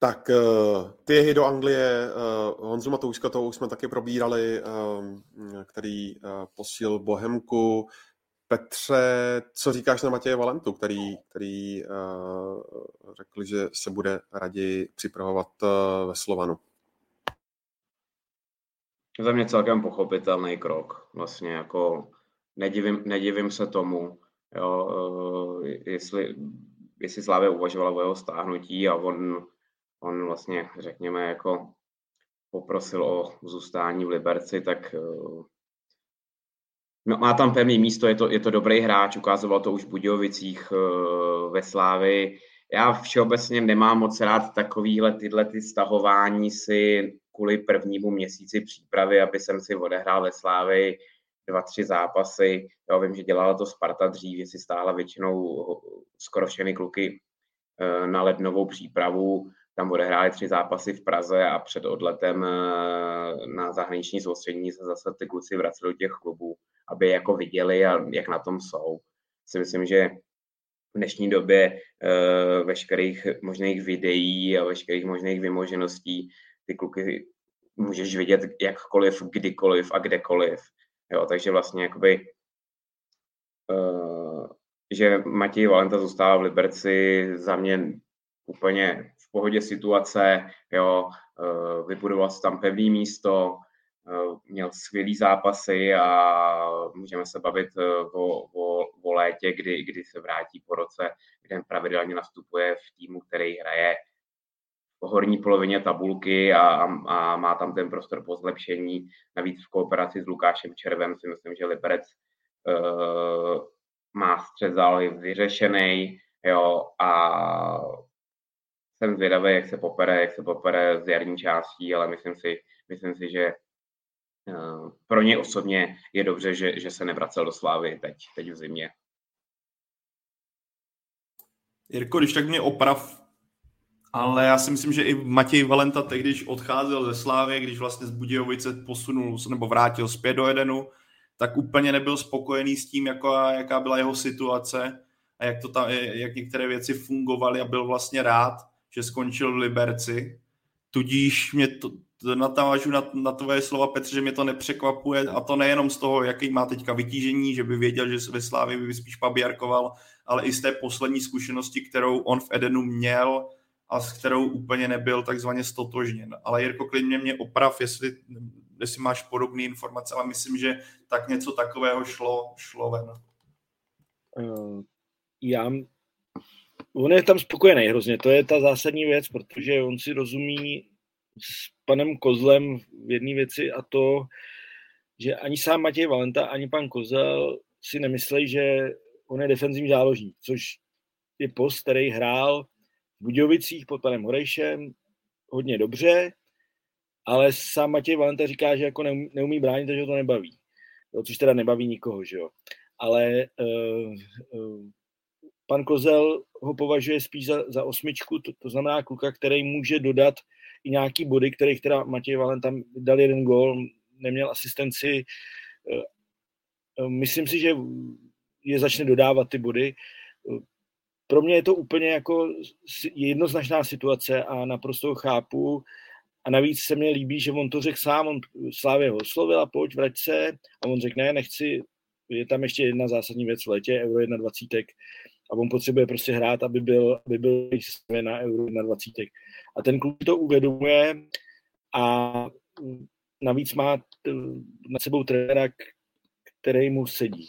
Tak ty jehy do Anglie, Honzu Matouška, to už jsme taky probírali, který posílil Bohemku. Petře, co říkáš na Matěje Valentu, který, který řekl, že se bude raději připravovat ve Slovanu? Za mě celkem pochopitelný krok. Vlastně jako nedivím, nedivím se tomu, jo, jestli, jestli Slavia uvažovala o jeho stáhnutí a on On vlastně, řekněme, jako poprosil o zůstání v Liberci, tak no, má tam pevné místo, je to, je to dobrý hráč, ukázoval to už v Budějovicích, ve Slávii. Já všeobecně nemám moc rád takovýhle tyhle ty stahování si kvůli prvnímu měsíci přípravy, aby jsem si odehrál ve Slávii dva, tři zápasy. Já vím, že dělala to Sparta dřív, že si stáhla většinou skoro všechny kluky na lednovou přípravu. Tam odehráli tři zápasy v Praze a před odletem na zahraniční soustředění se zase ty kluci vraceli do těch klubů, aby je jako viděli a jak na tom jsou. Si myslím, že v dnešní době veškerých možných videí a veškerých možných vymožeností ty kluky můžeš vidět jakkoliv, kdykoliv a kdekoliv. Jo, takže vlastně jakoby že Matěj Valenta zůstává v Liberci za mě úplně v pohodě situace, jo, vybudoval si tam pevný místo, měl skvělý zápasy a můžeme se bavit o, o, o létě, kdy, kdy se vrátí po roce, kde pravidelně nastupuje v týmu, který hraje v horní polovině tabulky a, a má tam ten prostor po zlepšení. Navíc v kooperaci s Lukášem Červem si myslím, že Liberec uh, má střed zálohy vyřešený, jo, a jsem zvědavý, jak se popere, jak se popere z jarní částí, ale myslím si, myslím si, že uh, pro něj osobně je dobře, že, že se nevracel do Slávy teď, teď v zimě. Jirko, když tak mě oprav, ale já si myslím, že i Matěj Valenta teď, když odcházel ze Slávy, když vlastně z Budějovice posunul nebo vrátil zpět do Edenu, tak úplně nebyl spokojený s tím, jako, jaká byla jeho situace a jak, to tam, jak některé věci fungovaly a byl vlastně rád, že skončil v Liberci. Tudíž mě to, to natážu na, na tvoje slova, Petře, že mě to nepřekvapuje a to nejenom z toho, jaký má teďka vytížení, že by věděl, že ve Slávii by spíš pabiarkoval, ale i z té poslední zkušenosti, kterou on v Edenu měl a s kterou úplně nebyl takzvaně stotožněn. Ale Jirko, klidně mě oprav, jestli, jestli máš podobné informace, ale myslím, že tak něco takového šlo, šlo ven. Uh, já... On je tam spokojený hrozně, to je ta zásadní věc, protože on si rozumí s panem Kozlem v jedné věci a to, že ani sám Matěj Valenta, ani pan Kozel si nemyslejí, že on je defenzivní záložník, což je post, který hrál v Budějovicích pod panem Horejšem hodně dobře, ale sám Matěj Valenta říká, že jako neumí, neumí bránit, takže to nebaví. Jo, což teda nebaví nikoho, že jo. Ale uh, uh, pan Kozel ho považuje spíš za, za osmičku, to, to znamená kluka, který může dodat i nějaký body, kterých teda Matěj Valenta dal jeden gól, neměl asistenci. Myslím si, že je začne dodávat ty body. Pro mě je to úplně jako jednoznačná situace a naprosto ho chápu. A navíc se mně líbí, že on to řekl sám, on Slávě ho oslovila, pojď, vrať se. A on řekl, ne, nechci, je tam ještě jedna zásadní věc v létě, Euro dvacet jedna. A on potřebuje prostě hrát, aby byl, aby byl na Euro dvacet jedna. A ten klub to uvědomuje a navíc má nad sebou trenéra, který mu sedí.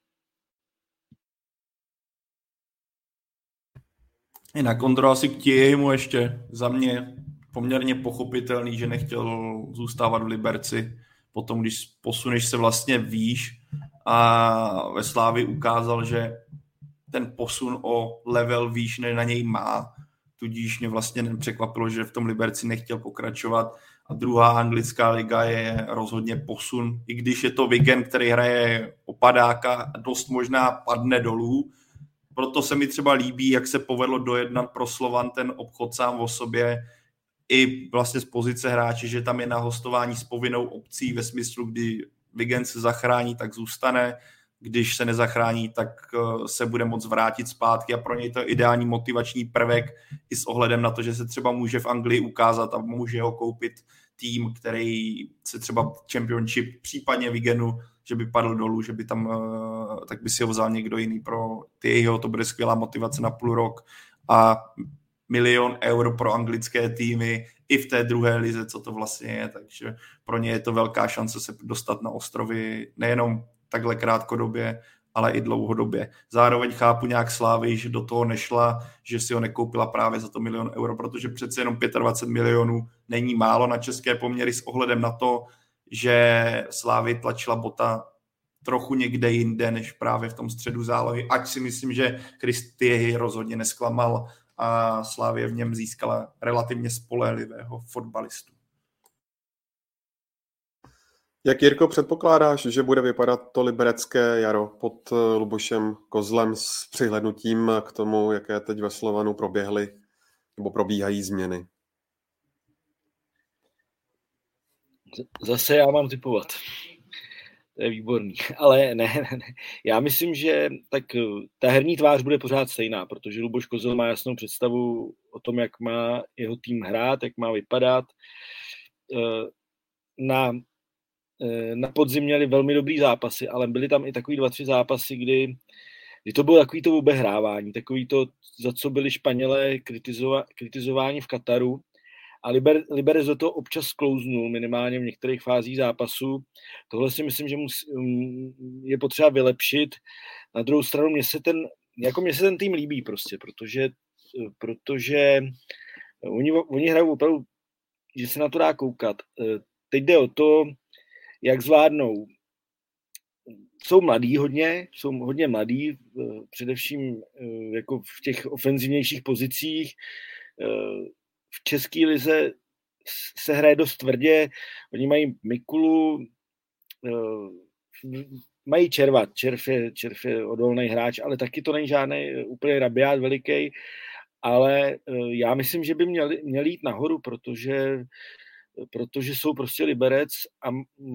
I na kontrolu asi k Tějmu ještě za mě poměrně pochopitelný, že nechtěl zůstávat v Liberci. Potom, když posuneš se vlastně výš a ve Slávii ukázal, že ten posun o level výš na něj má. Tudíž mě vlastně nepřekvapilo, že v tom Liberci nechtěl pokračovat. A druhá anglická liga je rozhodně posun. I když je to Wigan, který hraje opadáka, dost možná padne dolů. Proto se mi třeba líbí, jak se povedlo dojednat pro Slovan ten obchod sám o sobě. I vlastně z pozice hráče, že tam je na hostování s povinnou opcí ve smyslu, kdy Wigan se zachrání, tak zůstane. když se nezachrání, tak se bude moct vrátit zpátky a pro něj to je ideální motivační prvek i s ohledem na to, že se třeba může v Anglii ukázat a může ho koupit tým, který se třeba Championship, případně Wiganu, že by padl dolů, že by tam, tak by si ho vzal někdo jiný pro ty jeho, to bude skvělá motivace na půl rok a milion eur pro anglické týmy i v té druhé lize, co to vlastně je, takže pro ně je to velká šance se dostat na ostrovy nejenom takhle krátkodobě, ale i dlouhodobě. Zároveň chápu nějak Slávy, že do toho nešla, že si ho nekoupila právě za to milion euro, protože přece jenom dvacet pět milionů není málo na české poměry s ohledem na to, že Slávy tlačila Bota trochu někde jinde, než právě v tom středu zálohy, ať si myslím, že Christie rozhodně nesklamal a Slavia v něm získala relativně spolehlivého fotbalistu. Jak, Jirko, předpokládáš, že bude vypadat to liberecké jaro pod Lubošem Kozlem s přihlednutím k tomu, jaké teď ve Slovanu proběhly nebo probíhají změny? Zase já mám typovat. To je výborný. Ale ne, ne, ne. Já myslím, že tak ta herní tvář bude pořád stejná, protože Luboš Kozel má jasnou představu o tom, jak má jeho tým hrát, jak má vypadat. Na, na podzim měli velmi dobrý zápasy, ale byly tam i takový dva, tři zápasy, kdy, kdy to bylo takový to obehrávání, takový to, za co byli Španělé kritizova, kritizováni v Kataru. A Liber, Liberec do toho občas sklouznul, minimálně v některých fázích zápasu. Tohle si myslím, že musí, je potřeba vylepšit. Na druhou stranu mě se ten, jako mě se ten tým líbí prostě, protože, protože oni, oni hrajou opravdu, že se na to dá koukat. Teď jde o to, jak zvládnou. Jsou mladí hodně, jsou hodně mladí, především jako v těch ofenzivnějších pozicích. V české lize se hraje dost tvrdě, oni mají Mikulu, mají Červa, Červ je, Červ je odolný hráč, ale taky to není žádný úplně rabiát veliký, ale já myslím, že by měli, měli jít nahoru, protože, protože jsou prostě Liberec a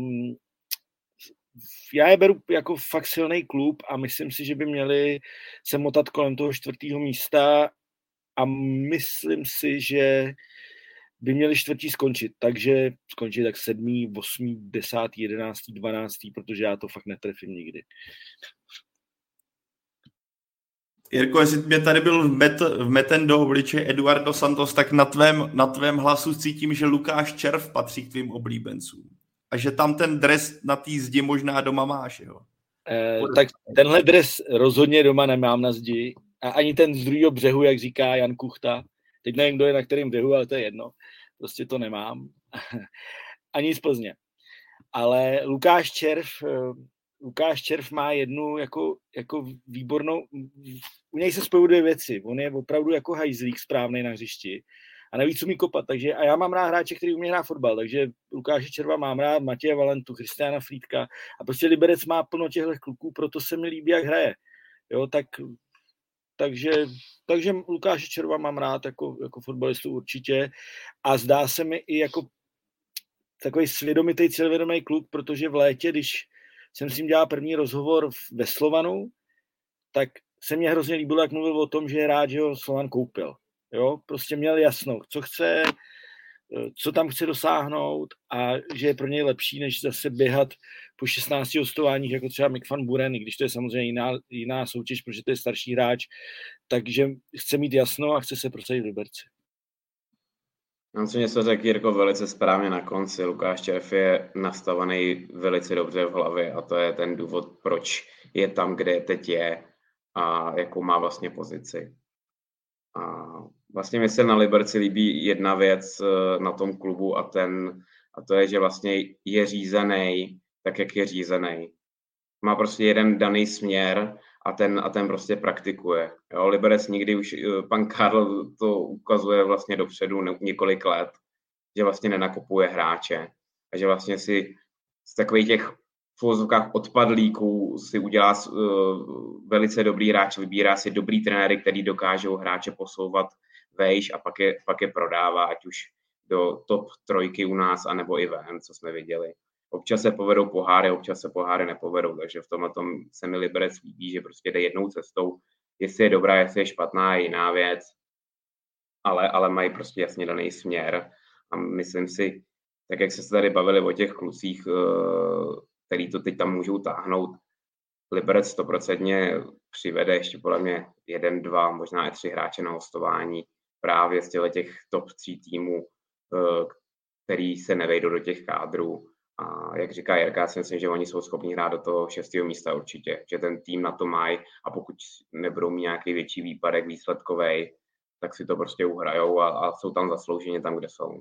já je beru jako fakt silný klub a myslím si, že by měli se motat kolem toho čtvrtého místa a myslím si, že by měli čtvrtí skončit, takže skončit tak sedmý, osmý, desátý, jedenáctý, dvanáctý, protože já to fakt netrefím nikdy. Jirko, jestli mě tady byl vmet, vmeten do obličeje Eduardo Santos, tak na tvém, na tvém hlasu cítím, že Lukáš Červ patří k tvým oblíbencům. A že tam ten dres na té zdi možná doma máš, jo? Eh, tak tenhle dres rozhodně doma nemám na zdi. A ani ten z druhého břehu, jak říká Jan Kuchta. Teď nevím, kdo je na kterém břehu, ale to je jedno. Prostě to nemám. Ani z Plzně. Ale Lukáš Červ, Lukáš Červ má jednu jako, jako výbornou... U něj se spojují dvě věci. On je opravdu jako hajzlík správnej na hřišti. A navíc umí kopat. Takže, a já mám rád hráče, který umí hrát fotbal. Takže Lukáše Červa mám rád, Matěje Valentu, Christiana Frýdka. A prostě Liberec má plno těchto kluků, proto se mi líbí, jak hraje. Jo, tak... Takže, takže Lukáše Červa mám rád jako, jako fotbalistu určitě a zdá se mi i jako takový svědomitý, cílevědomý kluk, protože v létě, když jsem s ním dělal první rozhovor ve Slovanu, tak se mně hrozně líbilo, jak mluvil o tom, že je rád, že ho Slovan koupil. Jo? Prostě měl jasno, co chce, co tam chce dosáhnout a že je pro něj lepší, než zase běhat po šestnácti hostováních, jako třeba Mick van Buren, i když to je samozřejmě jiná, jiná soutěž, protože to je starší hráč, takže chce mít jasno a chce se prosadit v Liberci. Myslím, že se řekl Jirko velice správně na konci. Lukáš Červ je nastavený velice dobře v hlavě a to je ten důvod, proč je tam, kde teď je a jakou má vlastně pozici. A vlastně mi se na Liberci líbí jedna věc na tom klubu a, ten, a to je, že vlastně je řízený tak, jak je řízený. Má prostě jeden daný směr a ten, a ten prostě praktikuje. Jo, Liberec nikdy už, pan Karl to ukazuje vlastně dopředu několik let, že vlastně nenakupuje hráče a že vlastně si z takových těch v uvozovkách odpadlíků si udělá uh, velice dobrý hráč, vybírá si dobrý trenéry, který dokážou hráče posouvat vejš a pak je, pak je prodává, ať už do top trojky u nás, anebo i ven, co jsme viděli. občas se povedou poháry, občas se poháry nepovedou, takže v tomhle tom se mi Liberec líbí, že prostě jde jednou cestou, jestli je dobrá, jestli je špatná, je jiná věc, ale, ale mají prostě jasně daný směr a myslím si, tak jak se tady bavili o těch klucích, který to teď tam můžou táhnout, Liberec stoprocentně přivede ještě podle mě jeden, dva, možná i tři hráče na hostování právě z těch top tří týmů, který se nevejdou do těch kádrů. A jak říká Jirka, já si myslím, že oni jsou schopni hrát do toho šestého místa určitě, že ten tým na to mají a pokud nebudou mít nějaký větší výpadek výsledkovej, tak si to prostě uhrajou a, a jsou tam zaslouženě tam, kde jsou.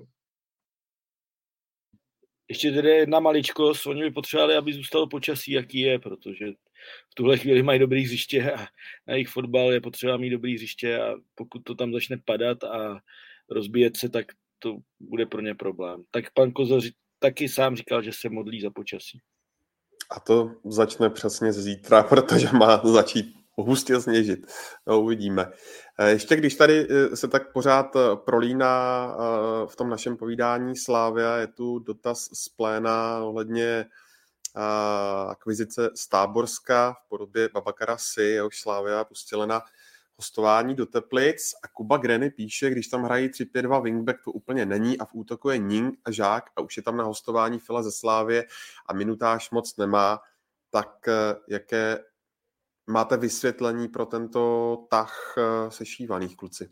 Ještě tedy jedna maličkost, oni by potřebovali, aby zůstalo počasí, jaký je, protože v tuhle chvíli mají dobrý hřiště a na jejich fotbal je potřeba mít dobrý hřiště a pokud to tam začne padat a rozbíjet se, tak to bude pro ně problém. Tak pan Kozor taky sám říkal, že se modlí za počasí. A to začne přesně zítra, protože má začít hustě sněžit. No, uvidíme. Ještě když tady se tak pořád prolíná v tom našem povídání Slavia, je tu dotaz z pléna ohledně akvizice z Táborska v podobě Babakara Si, jehož Slavia pustila na hostování do Teplic a Kuba Greny píše, když tam hrají tři pět dva wingback, to úplně není a v útoku je Ning a Žák a už je tam na hostování Fila ze Slávie a minutáž moc nemá, tak jaké máte vysvětlení pro tento tah sešívaných, kluci?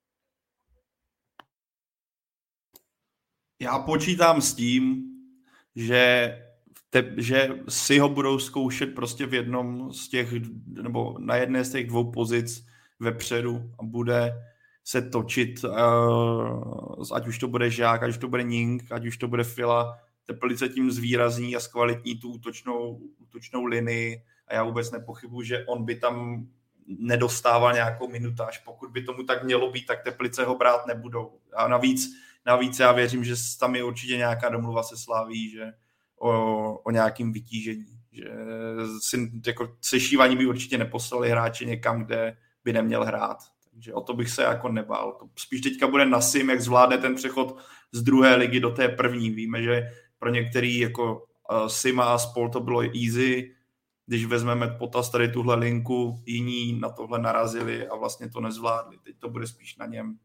Já počítám s tím, že, te, že si ho budou zkoušet prostě v jednom z těch, nebo na jedné z těch dvou pozic vepředu a bude se točit, uh, ať už to bude Žák, ať už to bude Ning, ať už to bude Fila. Teplice tím zvýrazní a zkvalitní tu útočnou, útočnou linii a já vůbec nepochybuji, že on by tam nedostával nějakou minutáž. Pokud by tomu tak mělo být, tak Teplice ho brát nebudou. A navíc, navíc já věřím, že tam je určitě nějaká domluva se Slaví, že o, o nějakým vytížení. Že si, jako sešívání by určitě neposlali hráče někam, kde by neměl hrát. Takže o to bych se jako nebál. To spíš teďka bude na Sim, jak zvládne ten přechod z druhé ligy do té první. Víme, že pro některý jako uh, Sima a spol to bylo easy. Když vezmeme potaz tady tuhle linku, jiní na tohle narazili a vlastně to nezvládli. Teď to bude spíš na něm.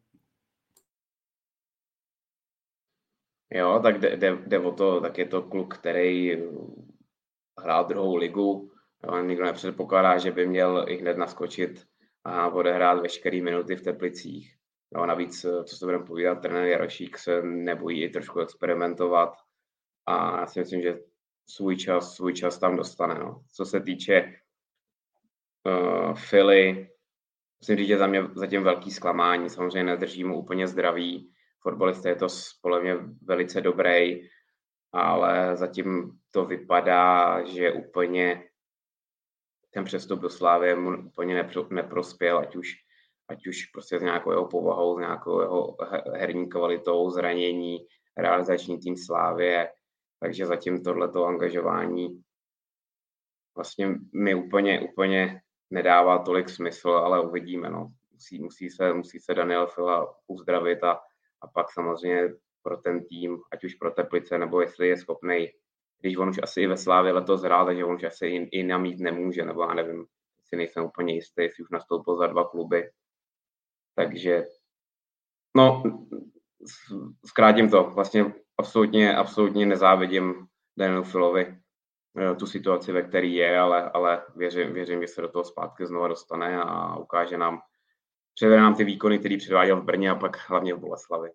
Jo, tak jde, jde, jde o to, tak je to kluk, který hrál druhou ligu. Jo, nikdo nepředpokládá, že by měl i hned naskočit a odehrát veškeré minuty v Teplicích. Jo, navíc, co se budeme povídat, trenér Jarošík se nebojí i trošku experimentovat a já si myslím, že svůj čas, svůj čas tam dostane. No. Co se týče uh, Fily, musím říct, že za mě zatím velký zklamání. Samozřejmě nedrží mu úplně zdraví. Fotbalista je to podle mě velice dobrý, ale zatím to vypadá, že úplně ten přestup do Slávie mu úplně nepro, neprospěl, ať už, ať už prostě s nějakou jeho povahou, s nějakou jeho herní kvalitou, zranění, realizační tým Slávie. Takže zatím tohleto angažování vlastně mi úplně, úplně nedává tolik smysl, ale uvidíme. No. Musí, musí, se, musí se Daniel Fila uzdravit a, a pak samozřejmě pro ten tým, ať už pro Teplice, nebo jestli je schopnej, když on už asi i ve Slávě letos hrál, takže on už asi i, i namít nemůže, nebo já nevím, si nejsem úplně jistý, jestli už nastoupil za dva kluby. Takže, no, zkrátím to, vlastně absolutně, absolutně nezávidím Danielu Filovi tu situaci, ve které je, ale, ale věřím, věřím, že se do toho zpátky znova dostane a ukáže nám, převede nám ty výkony, který předváděl v Brně a pak hlavně v Boleslavi.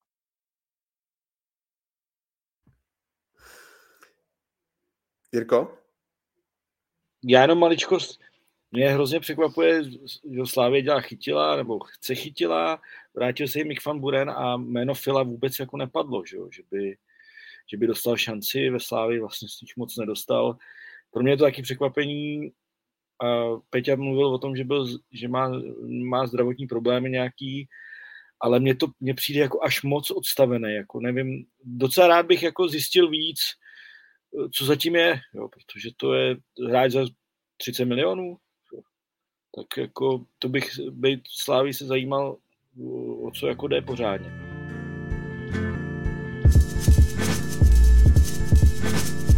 Jirko? Já jenom maličkost. Mě hrozně překvapuje, že Slávě dělá chytila, nebo chce chytila, vrátil se jim Mick van Buren a jméno Fila vůbec jako nepadlo, že, že, by, že by dostal šanci ve Slávii, vlastně z nich moc nedostal. Pro mě je to taky překvapení. Peťa mluvil o tom, že, byl, že má, má zdravotní problémy nějaký, ale mně to mně přijde jako až moc odstavené, jako nevím, docela rád bych jako zjistil víc, co zatím je, jo, protože to je hráč za třicet milionů, tak jako to bych být Slávy se zajímal, o co jako jde pořádně.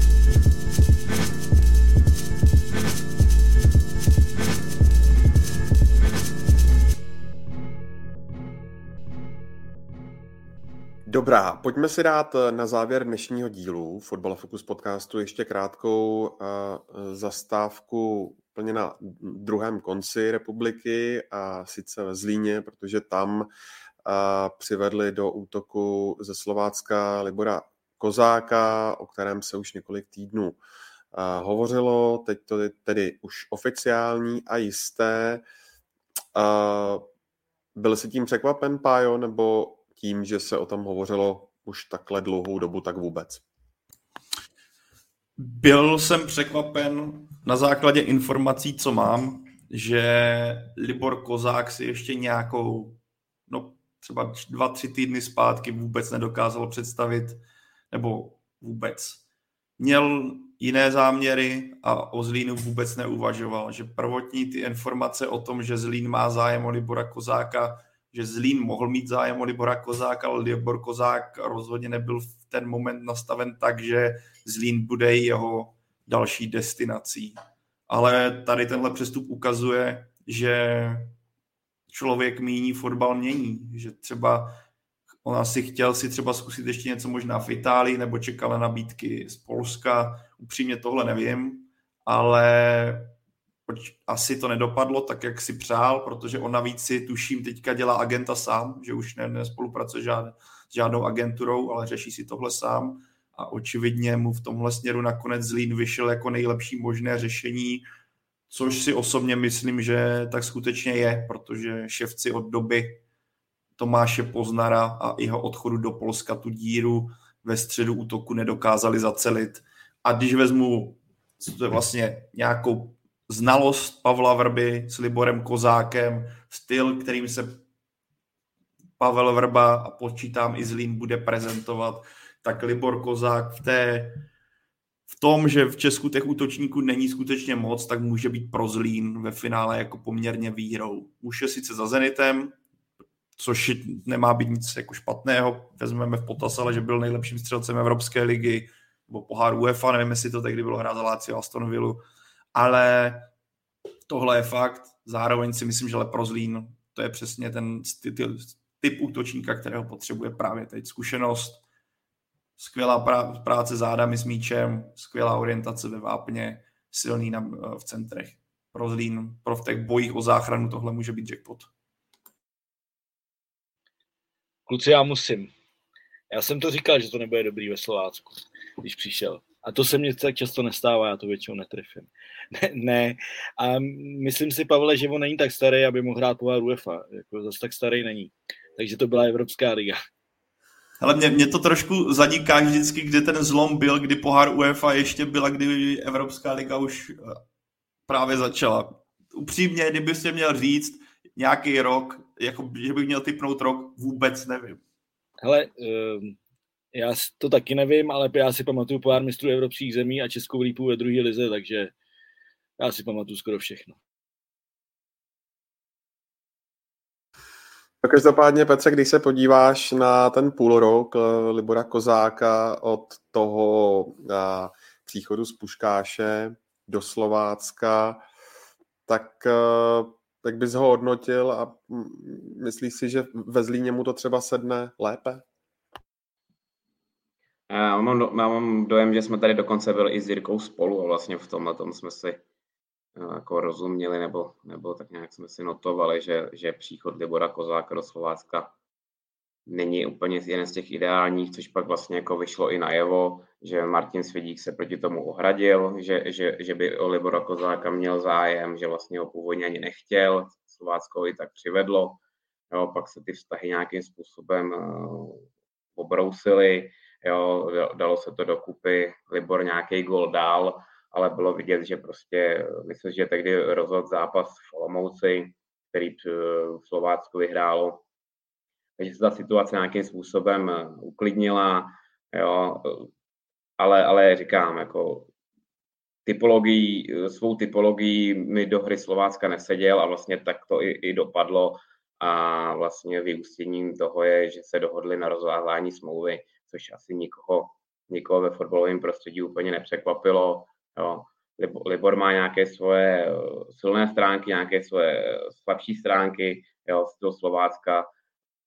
Dobrá, pojďme si dát na závěr dnešního dílu Fotbal Focus podcastu ještě krátkou uh, zastávku úplně na druhém konci republiky a sice ve Zlíně, protože tam uh, přivedli do útoku ze Slovácka Libora Kozáka, o kterém se už několik týdnů uh, hovořilo, teď to je tedy už oficiální a jisté. Uh, byl jsi tím překvapen, Pájo, nebo tím, že se o tom hovořilo už takhle dlouhou dobu, tak vůbec? Byl jsem překvapen na základě informací, co mám, že Libor Kozák si ještě nějakou, no třeba dva, tři týdny zpátky vůbec nedokázal představit, nebo vůbec. Měl jiné záměry a o Zlínu vůbec neuvažoval, že prvotní ty informace o tom, že Zlín má zájem o Libora Kozáka, že Zlín mohl mít zájem o Libora Kozáka, ale Libor Kozák rozhodně nebyl v ten moment nastaven tak, že Zlín bude jeho další destinací. Ale tady tenhle přestup ukazuje, že člověk míní, fotbal mění, že třeba on asi chtěl si třeba zkusit ještě něco možná v Itálii, nebo čekal na nabídky z Polska, upřímně tohle nevím, ale asi to nedopadlo tak, jak si přál, protože on navíc si, tuším, teďka dělá agenta sám, že už ne, nespolupracuje žád, s žádnou agenturou, ale řeší si tohle sám a očividně mu v tomhle směru nakonec Zlín vyšel jako nejlepší možné řešení, což si osobně myslím, že tak skutečně je, protože ševci od doby Tomáše Poznara a jeho odchodu do Polska tu díru ve středu útoku nedokázali zacelit. A když vezmu vlastně nějakou znalost Pavla Vrby s Liborem Kozákem, styl, kterým se Pavel Vrba a počítám i Zlín bude prezentovat, tak Libor Kozák v, té, v tom, že v Česku těch útočníků není skutečně moc, tak může být pro Zlín ve finále jako poměrně výhrou. Už je sice za Zenitem, což nemá být nic jako špatného, vezmeme v potaz, ale že byl nejlepším střelcem Evropské ligy, nebo pohár UEFA, nevím, jestli to tehdy bylo hrát za Lazio a Aston Villu, ale tohle je fakt. Zároveň si myslím, že pro Zlín to je přesně ten typ útočníka, kterého potřebuje právě teď. Zkušenost, skvělá práce zádami s míčem, skvělá orientace ve vápně, silný na, v centrech. Pro Zlín, pro v těch bojích o záchranu tohle může být jackpot. Kluci, já musím. Já jsem to říkal, že to nebude dobrý ve Slovácku, když přišel. A to se mně tak často nestává, já to většinou netrefím. Ne, ne. A myslím si, Pavle, že on není tak starý, aby mohl hrát pohár UEFA. Jako zase tak starý není. Takže to byla Evropská liga. Ale mě, mě to trošku zadiká vždycky, kde ten zlom byl, kdy pohár UEFA ještě byla, kdy Evropská liga už právě začala. Upřímně, kdyby se měl říct nějaký rok, jako, že bych měl tipnout rok, vůbec nevím. Hele, um... já to taky nevím, ale já si pamatuju pohár mistrů evropských zemí a Českou lípu ve druhé lize, takže já si pamatuju skoro všechno. Každopádně, Petře, když se podíváš na ten půl rok Libora Kozáka od toho a, příchodu z Puškáše do Slovácka, tak, a, tak bys ho hodnotil a myslíš si, že ve Zlíně mu to třeba sedne lépe? Já mám, já mám dojem, že jsme tady dokonce byli i s Jirkou spolu a vlastně v tomhle tom jsme si jako rozuměli, nebo, nebo tak nějak jsme si notovali, že, že příchod Libora Kozáka do Slovácka není úplně jeden z těch ideálních, což pak vlastně jako vyšlo i najevo, že Martin Svědík se proti tomu ohradil, že, že, že by o Libora Kozáka měl zájem, že vlastně ho původně ani nechtěl, Slovácko i tak přivedlo, jo, pak se ty vztahy nějakým způsobem uh, obrousily, jo, dalo se to dokupy, Libor nějaký gol dál, ale bylo vidět, že prostě, myslím, že tehdy rozhodl zápas v Olomouci, který v Slovácku vyhrálo, takže se ta situace nějakým způsobem uklidnila, jo, ale, ale říkám, jako typologii, svou typologii mi do hry Slovácka neseděl a vlastně tak to i, i dopadlo a vlastně vyústěním toho je, že se dohodli na rozvázání smlouvy, což asi nikoho, nikoho ve fotbalovém prostředí úplně nepřekvapilo. Jo. Libor má nějaké svoje silné stránky, nějaké svoje slabší stránky, jo, z toho Slovácka.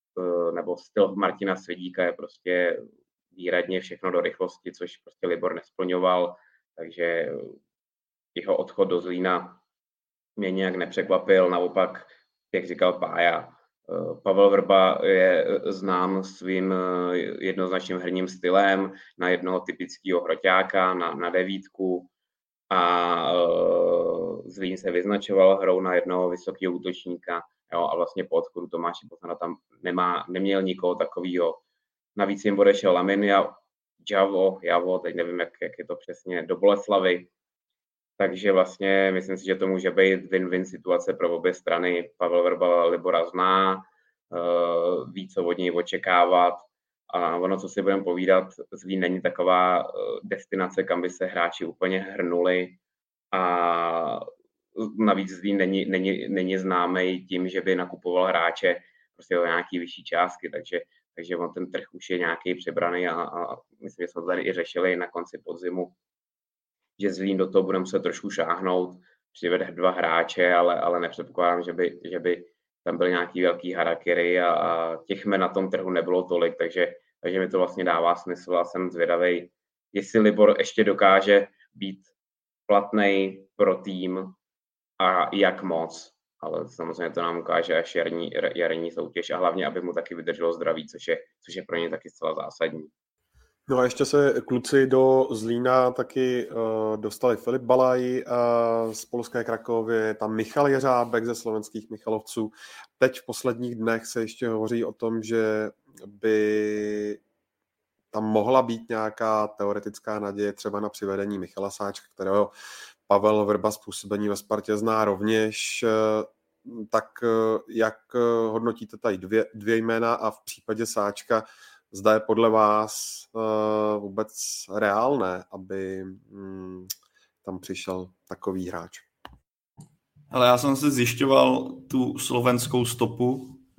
nebo styl Martina Svědíka je prostě výradně všechno do rychlosti, což prostě Libor nesplňoval, takže jeho odchod do Zlína mě nějak nepřekvapil, naopak, jak říkal Pája, Pavel Vrba je znám svým jednoznačným herním stylem na jednoho typického hroťáka, na, na devítku a Zlín se vyznačoval hrou na jednoho vysokého útočníka, jo, a vlastně po odchodu Tomáše Bocana tam nemá, neměl nikoho takového. Navíc jim odešel Laminia, Javo, Javo, teď nevím, jak, jak je to přesně, do Boleslavy. Takže vlastně myslím si, že to může být win-win situace pro obě strany. Pavel Vrba Libora zná, ví, co od něj očekávat a ono, co si budeme povídat, Zlín není taková destinace, kam by se hráči úplně hrnuli a navíc Zlín není, není, není známý tím, že by nakupoval hráče prostě o nějaký vyšší částky, takže, takže on ten trh už je nějaký přebraný a, a myslím, že jsme tady i řešili na konci podzimu, že Zlín do toho bude muset trošku šáhnout, přivede dva hráče, ale, ale nepředpokládám, že by, že by tam byly nějaký velký harakiri a, a těch men na tom trhu nebylo tolik, takže, takže mi to vlastně dává smysl a jsem zvědavej, jestli Libor ještě dokáže být platnej pro tým a jak moc, ale samozřejmě to nám ukáže až jarní, jarní soutěž a hlavně, aby mu taky vydrželo zdraví, což je, což je pro ně taky zcela zásadní. No a ještě se kluci do Zlína taky uh, dostali Filip Balaj uh, z polské Krakovy, tam Michal Jeřábek ze slovenských Michalovců. Teď v posledních dnech se ještě hovoří o tom, že by tam mohla být nějaká teoretická naděje třeba na přivedení Michala Sáčka, kterého Pavel Vrba z působení ve Spartě zná rovněž. Tak jak hodnotíte tady dvě, dvě jména a v případě Sáčka zda je podle vás uh, vůbec reálné, aby um, tam přišel takový hráč? Ale já jsem se zjišťoval tu slovenskou stopu.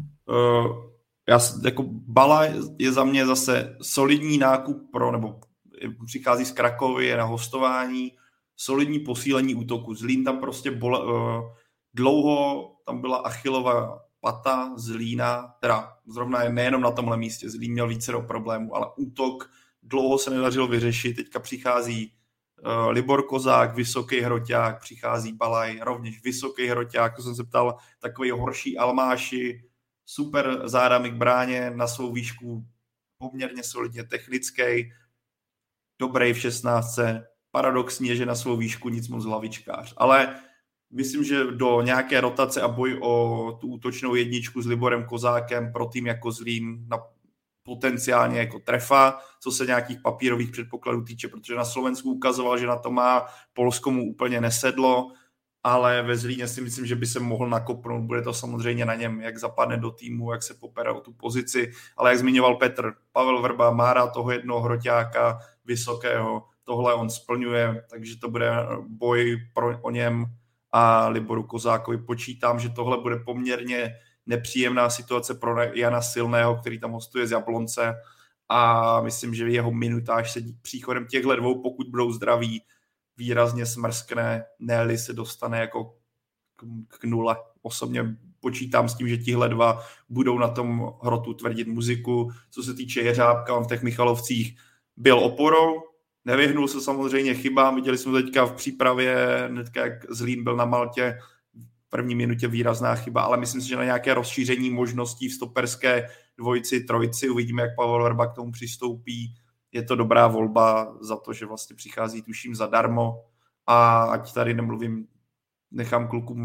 Uh, já, jako Bala je za mě zase solidní nákup pro, nebo přichází z Krakovy, je na hostování, solidní posílení útoku. Zlín tam prostě bole, uh, dlouho, tam byla Achillova pata Zlína, teda zrovna nejenom na tomhle místě, Zlín měl více do problémů, ale útok dlouho se nedařilo vyřešit, teďka přichází uh, Libor Kozák, vysoký hroťák, přichází Balaj, rovněž vysoký hroťák, to jsem se ptal, takový horší Almáši, super zádami k bráně, na svou výšku poměrně solidně technický, dobrý v šestnáctce, paradoxně, že na svou výšku nic moc hlavičkář, ale myslím, že do nějaké rotace a boj o tu útočnou jedničku s Liborem Kozákem pro tým jako Zlín na potenciálně jako trefa, co se nějakých papírových předpokladů týče, protože na Slovensku ukazoval, že na to má, Polsko mu úplně nesedlo, ale ve Zlíně si myslím, že by se mohl nakopnout, bude to samozřejmě na něm, jak zapadne do týmu, jak se popere o tu pozici, ale jak zmiňoval Petr, Pavel Vrba má rád toho jednoho hroťáka vysokého, tohle on splňuje, takže to bude boj pro, o něm a Liboru Kozákovi. Počítám, že tohle bude poměrně nepříjemná situace pro Jana Silného, který tam hostuje z Jablonce a myslím, že jeho minutáž se příchodem těchto dvou, pokud budou zdraví, výrazně smrskne, ne-li se dostane jako k, k nule. Osobně počítám s tím, že tihle dva budou na tom hrotu tvrdit muziku. Co se týče Jeřábka, on v těch Michalovcích byl oporou, nevyhnul se samozřejmě chybám, viděli jsme teďka v přípravě, hnedka jak Zlín byl na Maltě, v první minutě výrazná chyba, ale myslím si, že na nějaké rozšíření možností v stoperské dvojici, trojici, uvidíme, jak Pavel Vrba k tomu přistoupí, je to dobrá volba za to, že vlastně přichází tuším zadarmo a ať tady nemluvím, nechám klukům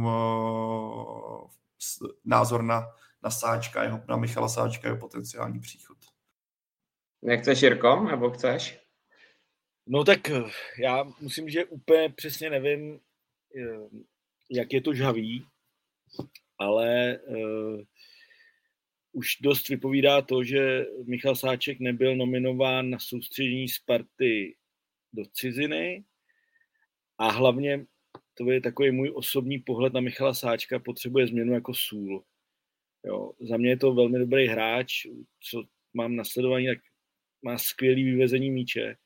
uh, názor na, na Sáčka, jeho, na Michala Sáčka, jeho potenciální příchod. Nechceš, Jirko, nebo chceš? No tak já musím, že úplně přesně nevím, jak je to žhavý, ale uh, už dost vypovídá to, že Michal Sáček nebyl nominován na soustředění Sparty do ciziny a hlavně, to je takový můj osobní pohled na Michala Sáčka, potřebuje změnu jako sůl. Jo, za mě je to velmi dobrý hráč, co mám nasledovaný, tak má skvělý vyvezení míče.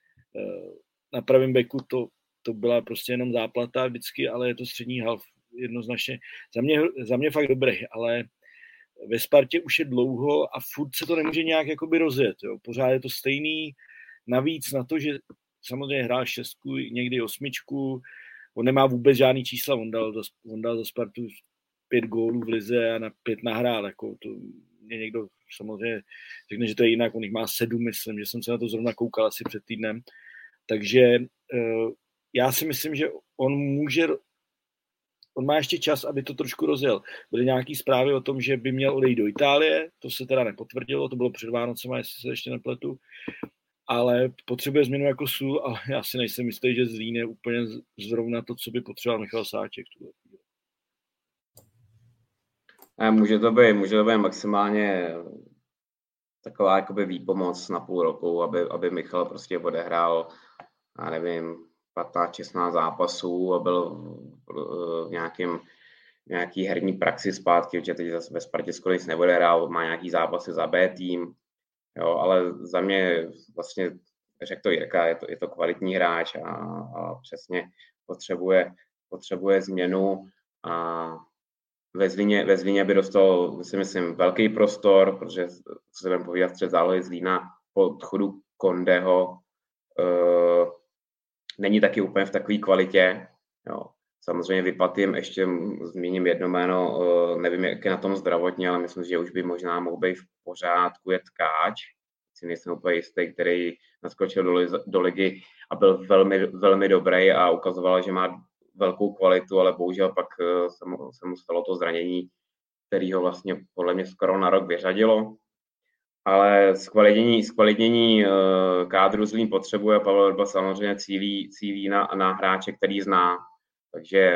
Na pravém beku to, to byla prostě jenom záplata vždycky, ale je to střední half jednoznačně. Za mě, za mě fakt dobrý, ale ve Spartě už je dlouho a furt se to nemůže nějak jakoby rozjet. Jo. Pořád je to stejný. Navíc na to, že samozřejmě hrál šestku, někdy osmičku, on nemá vůbec žádný čísla, on dal, on dal za Spartu pět gólů v lize a na pět nahrál. Jako to mě někdo samozřejmě řekne, že to je jinak, on jich má sedm, myslím, že jsem se na to zrovna koukal asi před týdnem. Takže uh, já si myslím, že on může, on má ještě čas, aby to trošku rozjel. Byly nějaký zprávy o tom, že by měl odejít do Itálie, to se teda nepotvrdilo, to bylo před Vánocema, jestli se ještě nepletu, ale potřebuje změnu jako sůl a já si nejsem jistý, že Zlín je úplně zrovna to, co by potřeboval Michal Sáček. Může to být, může to být maximálně taková jakoby výpomoc na půl roku, aby, aby Michal prostě odehrál, já nevím, patnáct šestnáct zápasů a byl v nějakým, nějaký herní praxi zpátky, protože teď zase ve Spartě skoro nic neodehrál, má nějaký zápasy za B tým, jo, ale za mě vlastně, řekl to Jirka, je to, je to kvalitní hráč a, a přesně potřebuje, potřebuje změnu a Ve Zlíně, ve Zlíně by dostal, si myslím, velký prostor, protože, co se budeme povídat, střed zálohy Zlína po odchodu Kondeho e, není taky úplně v takové kvalitě. Jo. Samozřejmě Vypatým, ještě zmíním jedno jméno, e, nevím, jak je na tom zdravotně, ale myslím, že už by možná mohl být v pořádku, je Tkáč, si nejsem úplně jistý, který naskočil do, do ligy a byl velmi, velmi dobrý a ukazoval, že má velkou kvalitu, ale bohužel pak se mu, se mu stalo to zranění, který ho vlastně podle mě skoro na rok vyřadilo. Ale zkvalitnění, zkvalitnění kádru Zlín potřebuje, Pavel Vrba samozřejmě cílí, cílí na, na hráče, který zná. Takže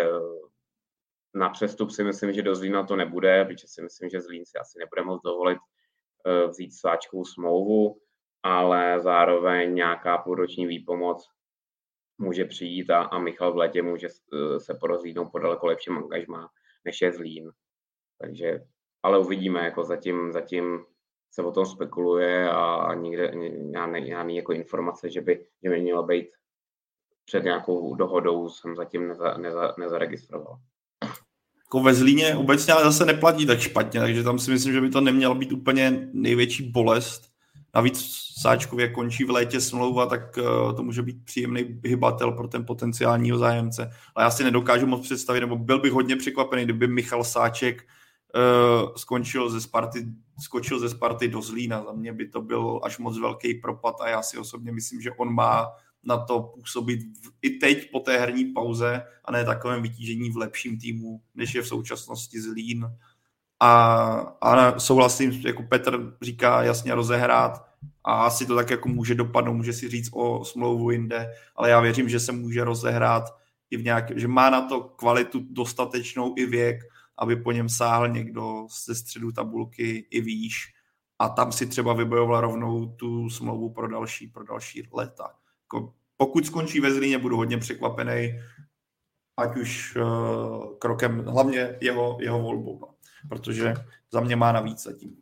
na přestup si myslím, že do Zlína to nebude, protože si myslím, že Zlín si asi nebude moct dovolit vzít Sáčkovou smlouvu, ale zároveň nějaká půlroční výpomoc může přijít a, a Michal v létě může se porozlídnout po daleko lepším angažmá, než je Zlín. Takže, ale uvidíme, jako zatím, zatím se o tom spekuluje a nikde žádný jako informace, že by, že by mělo být před nějakou dohodou, jsem zatím neza, neza, nezaregistroval. Jako ve Zlíně obecně ale zase neplatí tak špatně, takže tam si myslím, že by to neměla být úplně největší bolest. Navíc Sáčkově končí v létě smlouva, tak to může být příjemný hybatel pro ten potenciálního zájemce. Ale já si nedokážu moc představit, nebo byl bych hodně překvapený, kdyby Michal Sáček uh, skončil ze Sparty, skočil ze Sparty do Zlína. Za mě by to byl až moc velký propad a já si osobně myslím, že on má na to působit v, i teď po té herní pauze a ne takovém vytížení v lepším týmu, než je v současnosti Zlín. A, a souhlasím, jako Petr říká, jasně rozehrát a asi to tak jako může dopadnout, může si říct o smlouvu jinde, ale já věřím, že se může rozehrát i v nějak, že má na to kvalitu dostatečnou i věk, aby po něm sáhl někdo ze středu tabulky i výš a tam si třeba vybojoval rovnou tu smlouvu pro další, pro další léta. Jako, pokud skončí ve Zlíně, budu hodně překvapený, ať už uh, krokem, hlavně jeho, jeho volbou, no. Protože za mě má navíc zatím.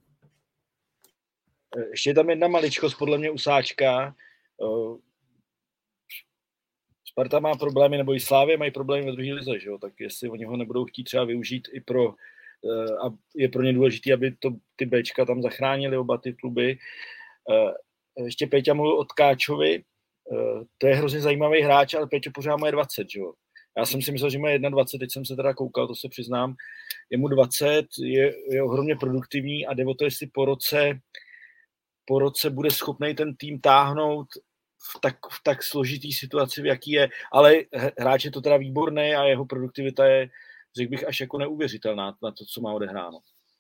Ještě je tam jedna maličkost podle mě u Sáčka. Sparta má problémy, nebo i Slávě mají problémy ve druhé lize, že jo? Tak jestli oni ho nebudou chtít třeba využít i pro, a je pro ně důležité, aby to, ty Bčka tam zachránili oba ty kluby. Ještě Péťa mluvil o Tkáčovi, to je hrozně zajímavý hráč, ale Péťo pořád mu je dvacet, že jo? Já jsem si myslel, že má dvacet jedna, teď jsem se teda koukal, to se přiznám. Je mu dvacet, je, je ohromně produktivní a jde o to, jestli po roce, po roce bude schopný ten tým táhnout v tak, v tak složitý situaci, v jaký je. Ale hráč je to teda výborný a jeho produktivita je, řekl bych, až jako neuvěřitelná na to, co má odehráno.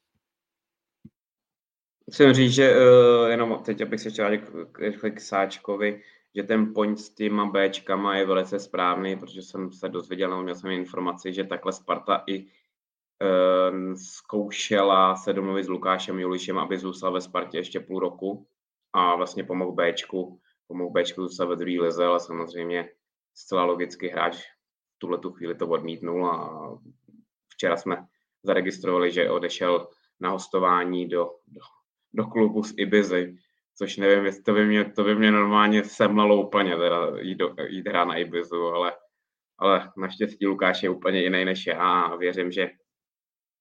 Musím říct, že uh, jenom teď, abych se ještě k, k Sáčkovi, že ten point s těma Bčkama je velice správný, protože jsem se dozvěděl, nebo měl jsem informaci, že takhle Sparta i e, zkoušela se domluvit s Lukášem Julišem, aby zůstal ve Spartě ještě půl roku a vlastně pomohl Bčku, pomohl Bčku zůstal ve druhé lize, ale samozřejmě zcela logicky hráč v tuhletu chvíli to odmítnul a včera jsme zaregistrovali, že odešel na hostování do, do, do klubu z Ibizy, což nevím, jestli to by mě, to by mě normálně semlalo úplně, teda jít, do, jít hrát na Ibizu, ale, ale naštěstí Lukáš je úplně jiný než já a věřím, že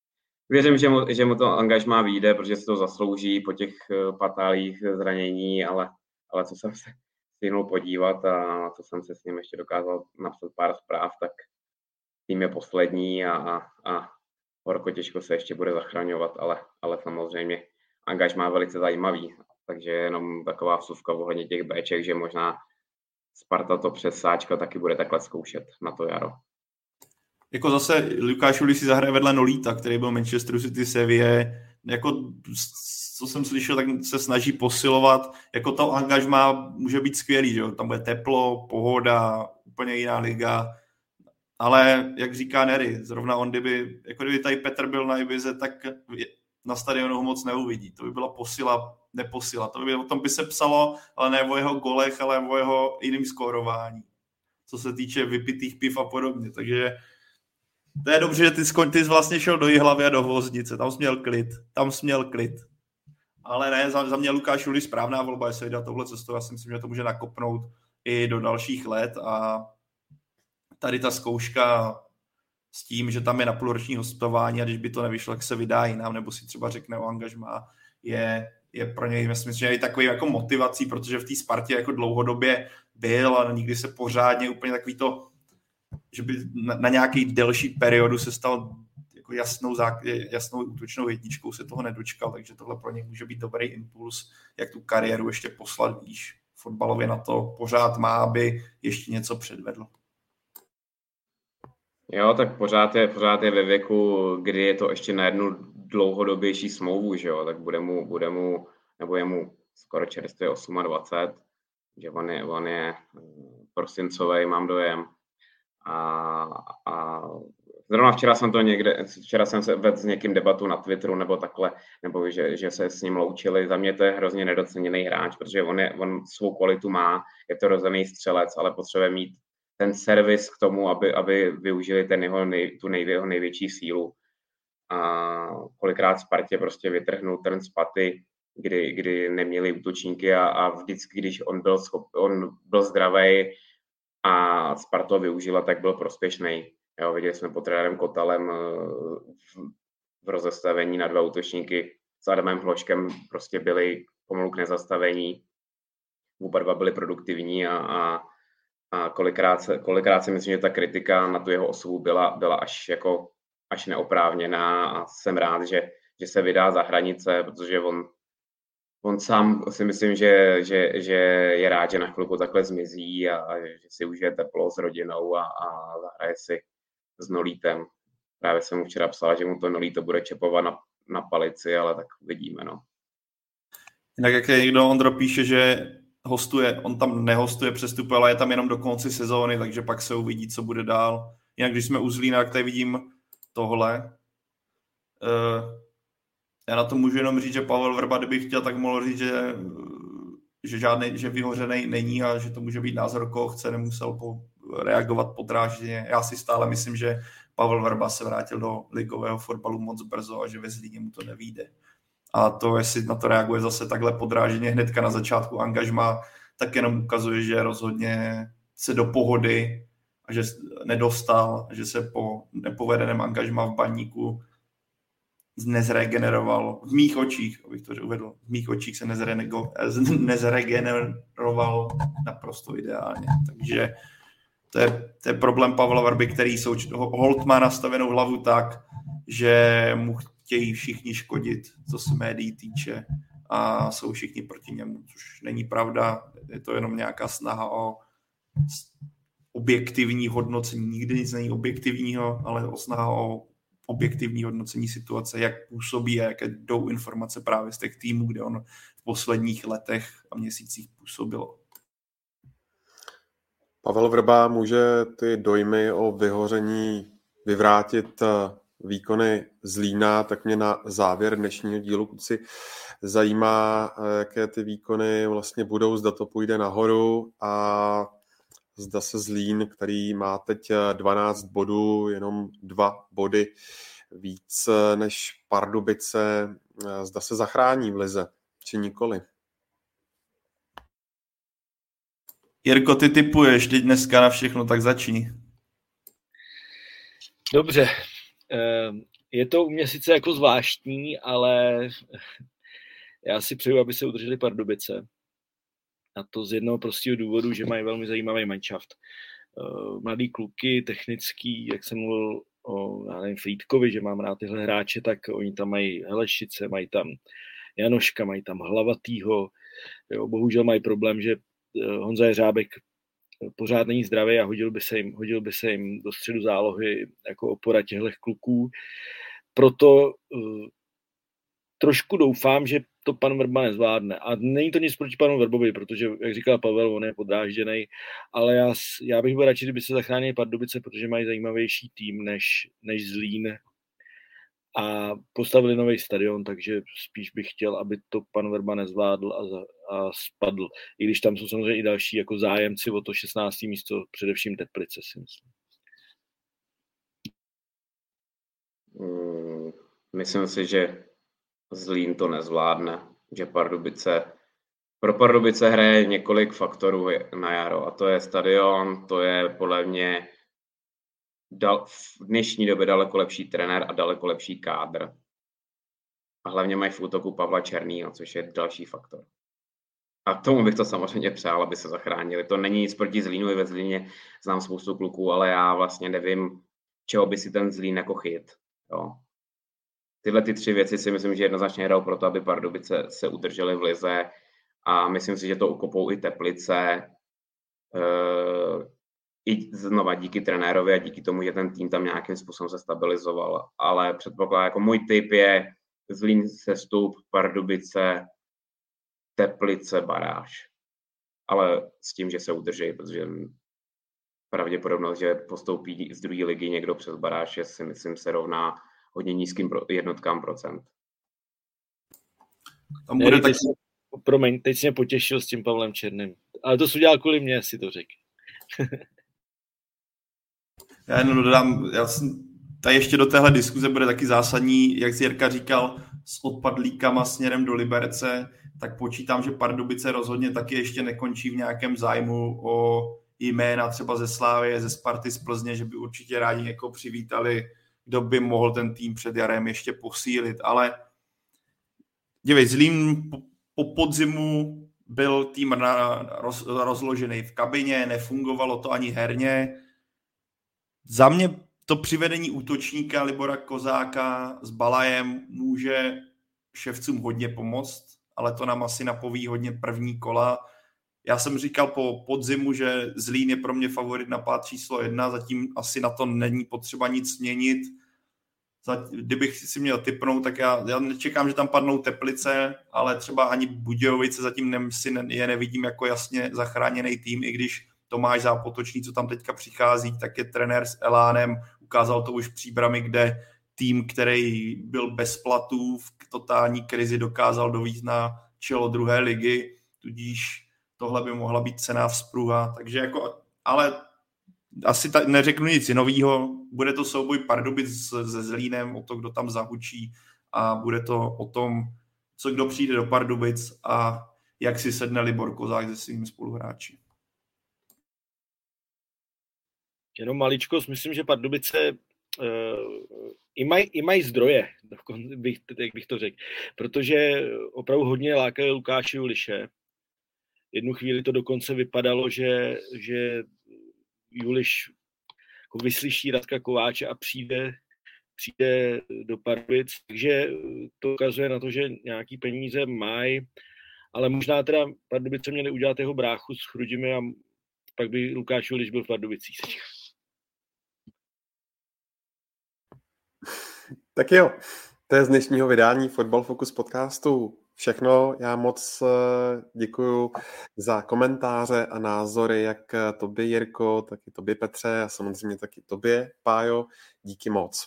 Věřím, že mu, že mu to angažmá vyjde, protože si to zaslouží po těch fatálních zranění, ale, ale co jsem se stihnul podívat a co jsem se s ním ještě dokázal napsat pár zpráv, tak tým je poslední a, a, a horko těžko se ještě bude zachraňovat, ale, ale samozřejmě angažmá velice zajímavý, takže jenom taková vsuvka ohledně těch Bček, že možná Sparta to přes sáčka taky bude takhle zkoušet na to jaro. Jako zase Lukáš Ulis si zahraje vedle Nolíta, který byl Manchester City Sevilla. Jako, co jsem slyšel, tak se snaží posilovat. Jako to angažmá může být skvělý, že jo? Tam bude teplo, pohoda, úplně jiná liga. Ale jak říká Nery, zrovna on, kdyby, jako kdyby tady Petr byl na Ibize, tak na stadionu ho moc neuvidí. To by byla posila, neposila. To by, o tom by se psalo, ale ne o jeho golech, ale o jeho jiným skórování. Co se týče vypitých piv a podobně. Takže to je dobře, že ty, skon, ty jsi vlastně šel do Jihlavy a do Hvozdice. Tam jsi měl klid. Tam jsi měl klid. Ale ne, za, za mě Lukáš Ulis správná volba, jestli jde touhle cestou. Já si myslím, že to může nakopnout i do dalších let a tady ta zkouška s tím, že tam je na půlroční hostování a když by to nevyšlo, tak se vydá jinam, nebo si třeba řekne o angažmá, je, je pro něj, myslím, že je takový jako motivací, protože v té Spartě jako dlouhodobě byl a nikdy se pořádně úplně takový to, že by na, na nějaký delší periodu se stal jako jasnou, jasnou útočnou jedničkou, se toho nedočkal, takže tohle pro něj může být dobrý impuls, jak tu kariéru ještě poslat výš. Fotbalově na to pořád má, aby ještě něco předvedl. Jo, tak pořád je, pořád je ve věku, kdy je to ještě na jednu dlouhodobější smlouvu, že jo, tak bude mu, bude mu nebo je mu skoro čerstvě dvacet osm, že on je, on je prosincovej, mám dojem. A, a zrovna včera jsem to někde, včera jsem se vedl s někým debatu na Twitteru nebo takhle, nebo že, že se s ním loučili. Za mě to je hrozně nedoceněný hráč, protože on, je, on svou kvalitu má, je to rozhodný střelec, ale potřebuje mít ten servis k tomu, aby, aby využili ten jeho nej, tu nej, jeho největší sílu. A kolikrát Spartě prostě vytrhnul trn z paty, kdy, kdy neměli útočníky a, a vždycky, když on byl, schop, on byl zdravej a Sparta využila, tak byl prospěšný. Jo, viděli jsme pod trenérem Kotalem v, v rozestavení na dva útočníky s Adamem Hloškem prostě byli pomalu k nezastavení. Oba dva byli produktivní a, a, a kolikrát, se, kolikrát si myslím, že ta kritika na tu jeho osobu byla, byla až, jako, až neoprávněná a jsem rád, že, že se vydá za hranice, protože on On sám si myslím, že, že, že je rád, že na chvilku takhle zmizí a, a že si užije teplo s rodinou a, a zahraje si s Nolítem. Právě jsem mu včera psal, že mu to Nolíto bude čepovat na, na palici, ale tak uvidíme. No. Jinak jak někdo Ondro píše, že hostuje, on tam nehostuje přestupy, ale je tam jenom do konce sezóny, takže pak se uvidí, co bude dál. Jinak když jsme u Zlína, tak tady vidím tohle. Uh, Já na to můžu jenom říct, že Pavel Vrba, kdyby chtěl, tak mohl říct, že, že žádný, že vyhořený není a že to může být názor, koho chce, nemusel po, reagovat podrážděně. Já si stále myslím, že Pavel Vrba se vrátil do ligového fotbalu moc brzo a že ve Zlíně mu to nevyjde. A to, jestli na to reaguje zase takhle podrážděně hnedka na začátku angažmá, tak jenom ukazuje, že rozhodně se do pohody a že nedostal, že se po nepovedeném angažmá v Baníku nezregeneroval, v mých očích, abych to uvedl, v mých očích se nezregeneroval naprosto ideálně. Takže to je, to je problém Pavla Vrby, který jsou, holt má nastavenou hlavu tak, že mu chtějí všichni škodit, co se médií týče a jsou všichni proti němu, což není pravda, je to jenom nějaká snaha o objektivní hodnocení, nikdy nic není objektivního, ale o snaha o objektivní hodnocení situace, jak působí a jaké jdou informace právě z těch týmů, kde on v posledních letech a měsících působil. Pavel Vrba může ty dojmy o vyhoření vyvrátit výkony Zlína, tak mě na závěr dnešního dílu, kluci, zajímá, jaké ty výkony vlastně budou, zda to půjde nahoru a zda se Zlín, který má teď dvanáct bodů, jenom dva body víc než Pardubice, zda se zachrání v lize, či nikoli. Jirko, ty tipuješ teď dneska na všechno, tak začni. Dobře. je to u mě sice jako zvláštní, ale já si přeju, aby se udrželi Pardubice. A to z jednoho prostého důvodu, že mají velmi zajímavý manšaft. Mladý kluky, technický, jak jsem mluvil o, já nevím, Frýdkovi, že mám rád tyhle hráče, tak oni tam mají Helešice, mají tam Janoška, mají tam Hlavatýho. Jo, bohužel mají problém, že Honza Jeřábek pořád není zdravý a hodil by se jim, hodil by se jim do středu zálohy jako opora těchto kluků. Proto uh, trošku doufám, že to pan Vrba nezvládne. A není to nic proti panu Vrbovi, protože, jak říkal Pavel, on je podrážděnej, ale já, já bych byl radši, kdyby se zachránili Pardubice, protože mají zajímavější tým než, než Zlín a postavili nový stadion, takže spíš bych chtěl, aby to pan Vrba nezvládl a, za, a spadl. I když tam jsou samozřejmě i další jako zájemci o to šestnácté místo, především Teplice, si myslím. Hmm, myslím si, že Zlín to nezvládne, že Pardubice, pro Pardubice hraje několik faktorů na jaro a to je stadion, to je podle mě dal, v dnešní době daleko lepší trenér a daleko lepší kádr. A hlavně mají v útoku Pavla Černýho, což je další faktor. A k tomu bych to samozřejmě přál, aby se zachránili. To není nic proti Zlínu, i ve Zlíně znám spoustu kluků, ale já vlastně nevím, čeho by si ten Zlín jako chyt. Jo. Tyhle ty tři věci si myslím, že jednoznačně hrajou pro to, aby Pardubice se udržely v lize a myslím si, že to ukopou i Teplice. E, I znova díky trenérovi a díky tomu, že ten tým tam nějakým způsobem se stabilizoval. Ale předpokládám, jako můj tip je Zlín sestup, Pardubice, Teplice, baráž. Ale s tím, že se udrží, protože pravděpodobnost, že postoupí z druhé ligy někdo přes baráž, je, si myslím, se rovná hodně nízkým jednotkám procent. Tam bude tak... Promiň, teď jsi mě potěšil s tím Pavlem Černým. Ale to jsi udělal kvůli mě, si to řekl. Já jenom dodám, já jsem, tady ještě do téhle diskuze bude taky zásadní, jak si Jirka říkal, s odpadlíkama směrem do Liberce, tak počítám, že Pardubice rozhodně taky ještě nekončí v nějakém zájmu o jména třeba ze Slávie, ze Sparty, z Plzně, že by určitě rádi jako přivítali, kdo by mohl ten tým před jarem ještě posílit, ale dívej, Zlín po, po podzimu byl tým na, roz, rozložený v kabině, nefungovalo to ani herně. Za mě to přivedení útočníka Libora Kozáka s Balajem může ševcům hodně pomoct, ale to nám asi napoví hodně první kola. Já jsem říkal po podzimu, že Zlín je pro mě favorit na pád číslo jedna, zatím asi na to není potřeba nic změnit. Kdybych si měl tipnout, tak já, já nečekám, že tam padnou Teplice, ale třeba ani Budějovice zatím ne, si ne, je nevidím jako jasně zachráněný tým, i když Tomáš Zápotočný, co tam teďka přichází, tak je trenér s elánem, ukázal to už v Příbrami, kde tým, který byl bez platů v totální krizi, dokázal dovést na čelo druhé ligy, tudíž tohle by mohla být cenná vzpruha, takže jako, ale asi ta, neřeknu nic novýho, bude to souboj Pardubic se Zlínem, o to, kdo tam zahučí a bude to o tom, co kdo přijde do Pardubic a jak si sedne Libor Kozák se svými spoluhráči. Jenom maličkost, myslím, že Pardubice uh, i mají i maj zdroje, bych, jak bych to řekl, protože opravdu hodně lákají Lukáše Juliše. Jednu chvíli to dokonce vypadalo, že, že Juliš jako vyslyší Radka Kováče a přijde, přijde do Pardubic, takže to ukazuje na to, že nějaký peníze mají, ale možná teda Pardubice měli udělat jeho bráchu s Chrudimi a pak by Lukáš Juliš byl v Pardubicích. Tak jo, to je z dnešního vydání Fotbal Focus podcastu všechno. Já moc děkuju za komentáře a názory, jak tobě, Jirko, tak i tobě, Petře, a samozřejmě taky tobě, Pájo. Díky moc.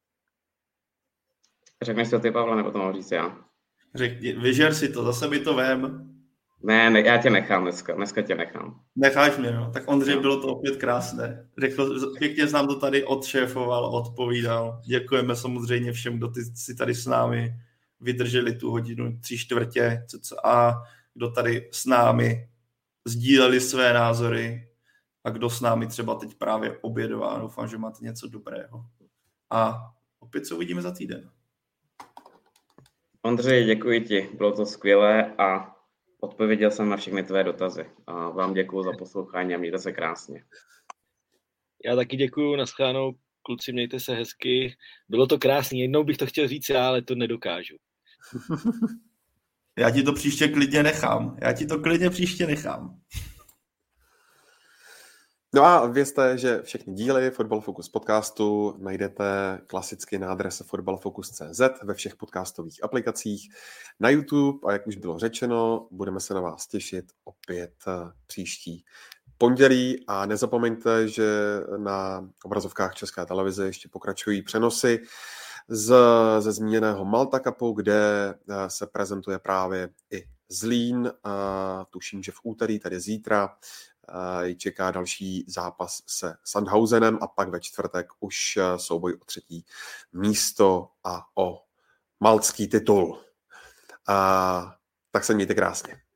Řekneš to ty, Pavle, nebo to mohl říct já? Řekni, vyžer si to, zase mi to vem. Ne, ne, já tě nechám dneska, dneska tě nechám. Necháš mě, no. Tak Ondřej, no. Bylo to opět krásné. Řekl, pěkně jsi nám to tady odšéfoval, odpovídal. Děkujeme samozřejmě všem, kdo ty, si tady s námi vydrželi tu hodinu, tři čtvrtě a kdo tady s námi sdíleli své názory a kdo s námi třeba teď právě obědová. Doufám, že máte něco dobrého. A opět se uvidíme za týden. Ondřej, děkuji ti, bylo to skvělé a odpověděl jsem na všechny tvé dotazy. A vám děkuji za poslouchání a mějte se krásně. Já taky děkuju, naschledanou, kluci, mějte se hezky. Bylo to krásný, jednou bych to chtěl říct já, ale to nedokážu. Já ti to příště klidně nechám. Já ti to klidně příště nechám. No a vězte, že všechny díly Fotbal Focus podcastu najdete klasicky na adrese fotbal focus tečka cé zet ve všech podcastových aplikacích, na YouTube a jak už bylo řečeno, budeme se na vás těšit opět příští pondělí a nezapomeňte, že na obrazovkách České televize ještě pokračují přenosy z, ze zmíněného Malta Cupu, kde se prezentuje právě i Zlín. Tuším, že v úterý, tedy zítra, ji čeká další zápas se Sandhausenem a pak ve čtvrtek už souboj o třetí místo a o maltský titul. A tak se mějte krásně.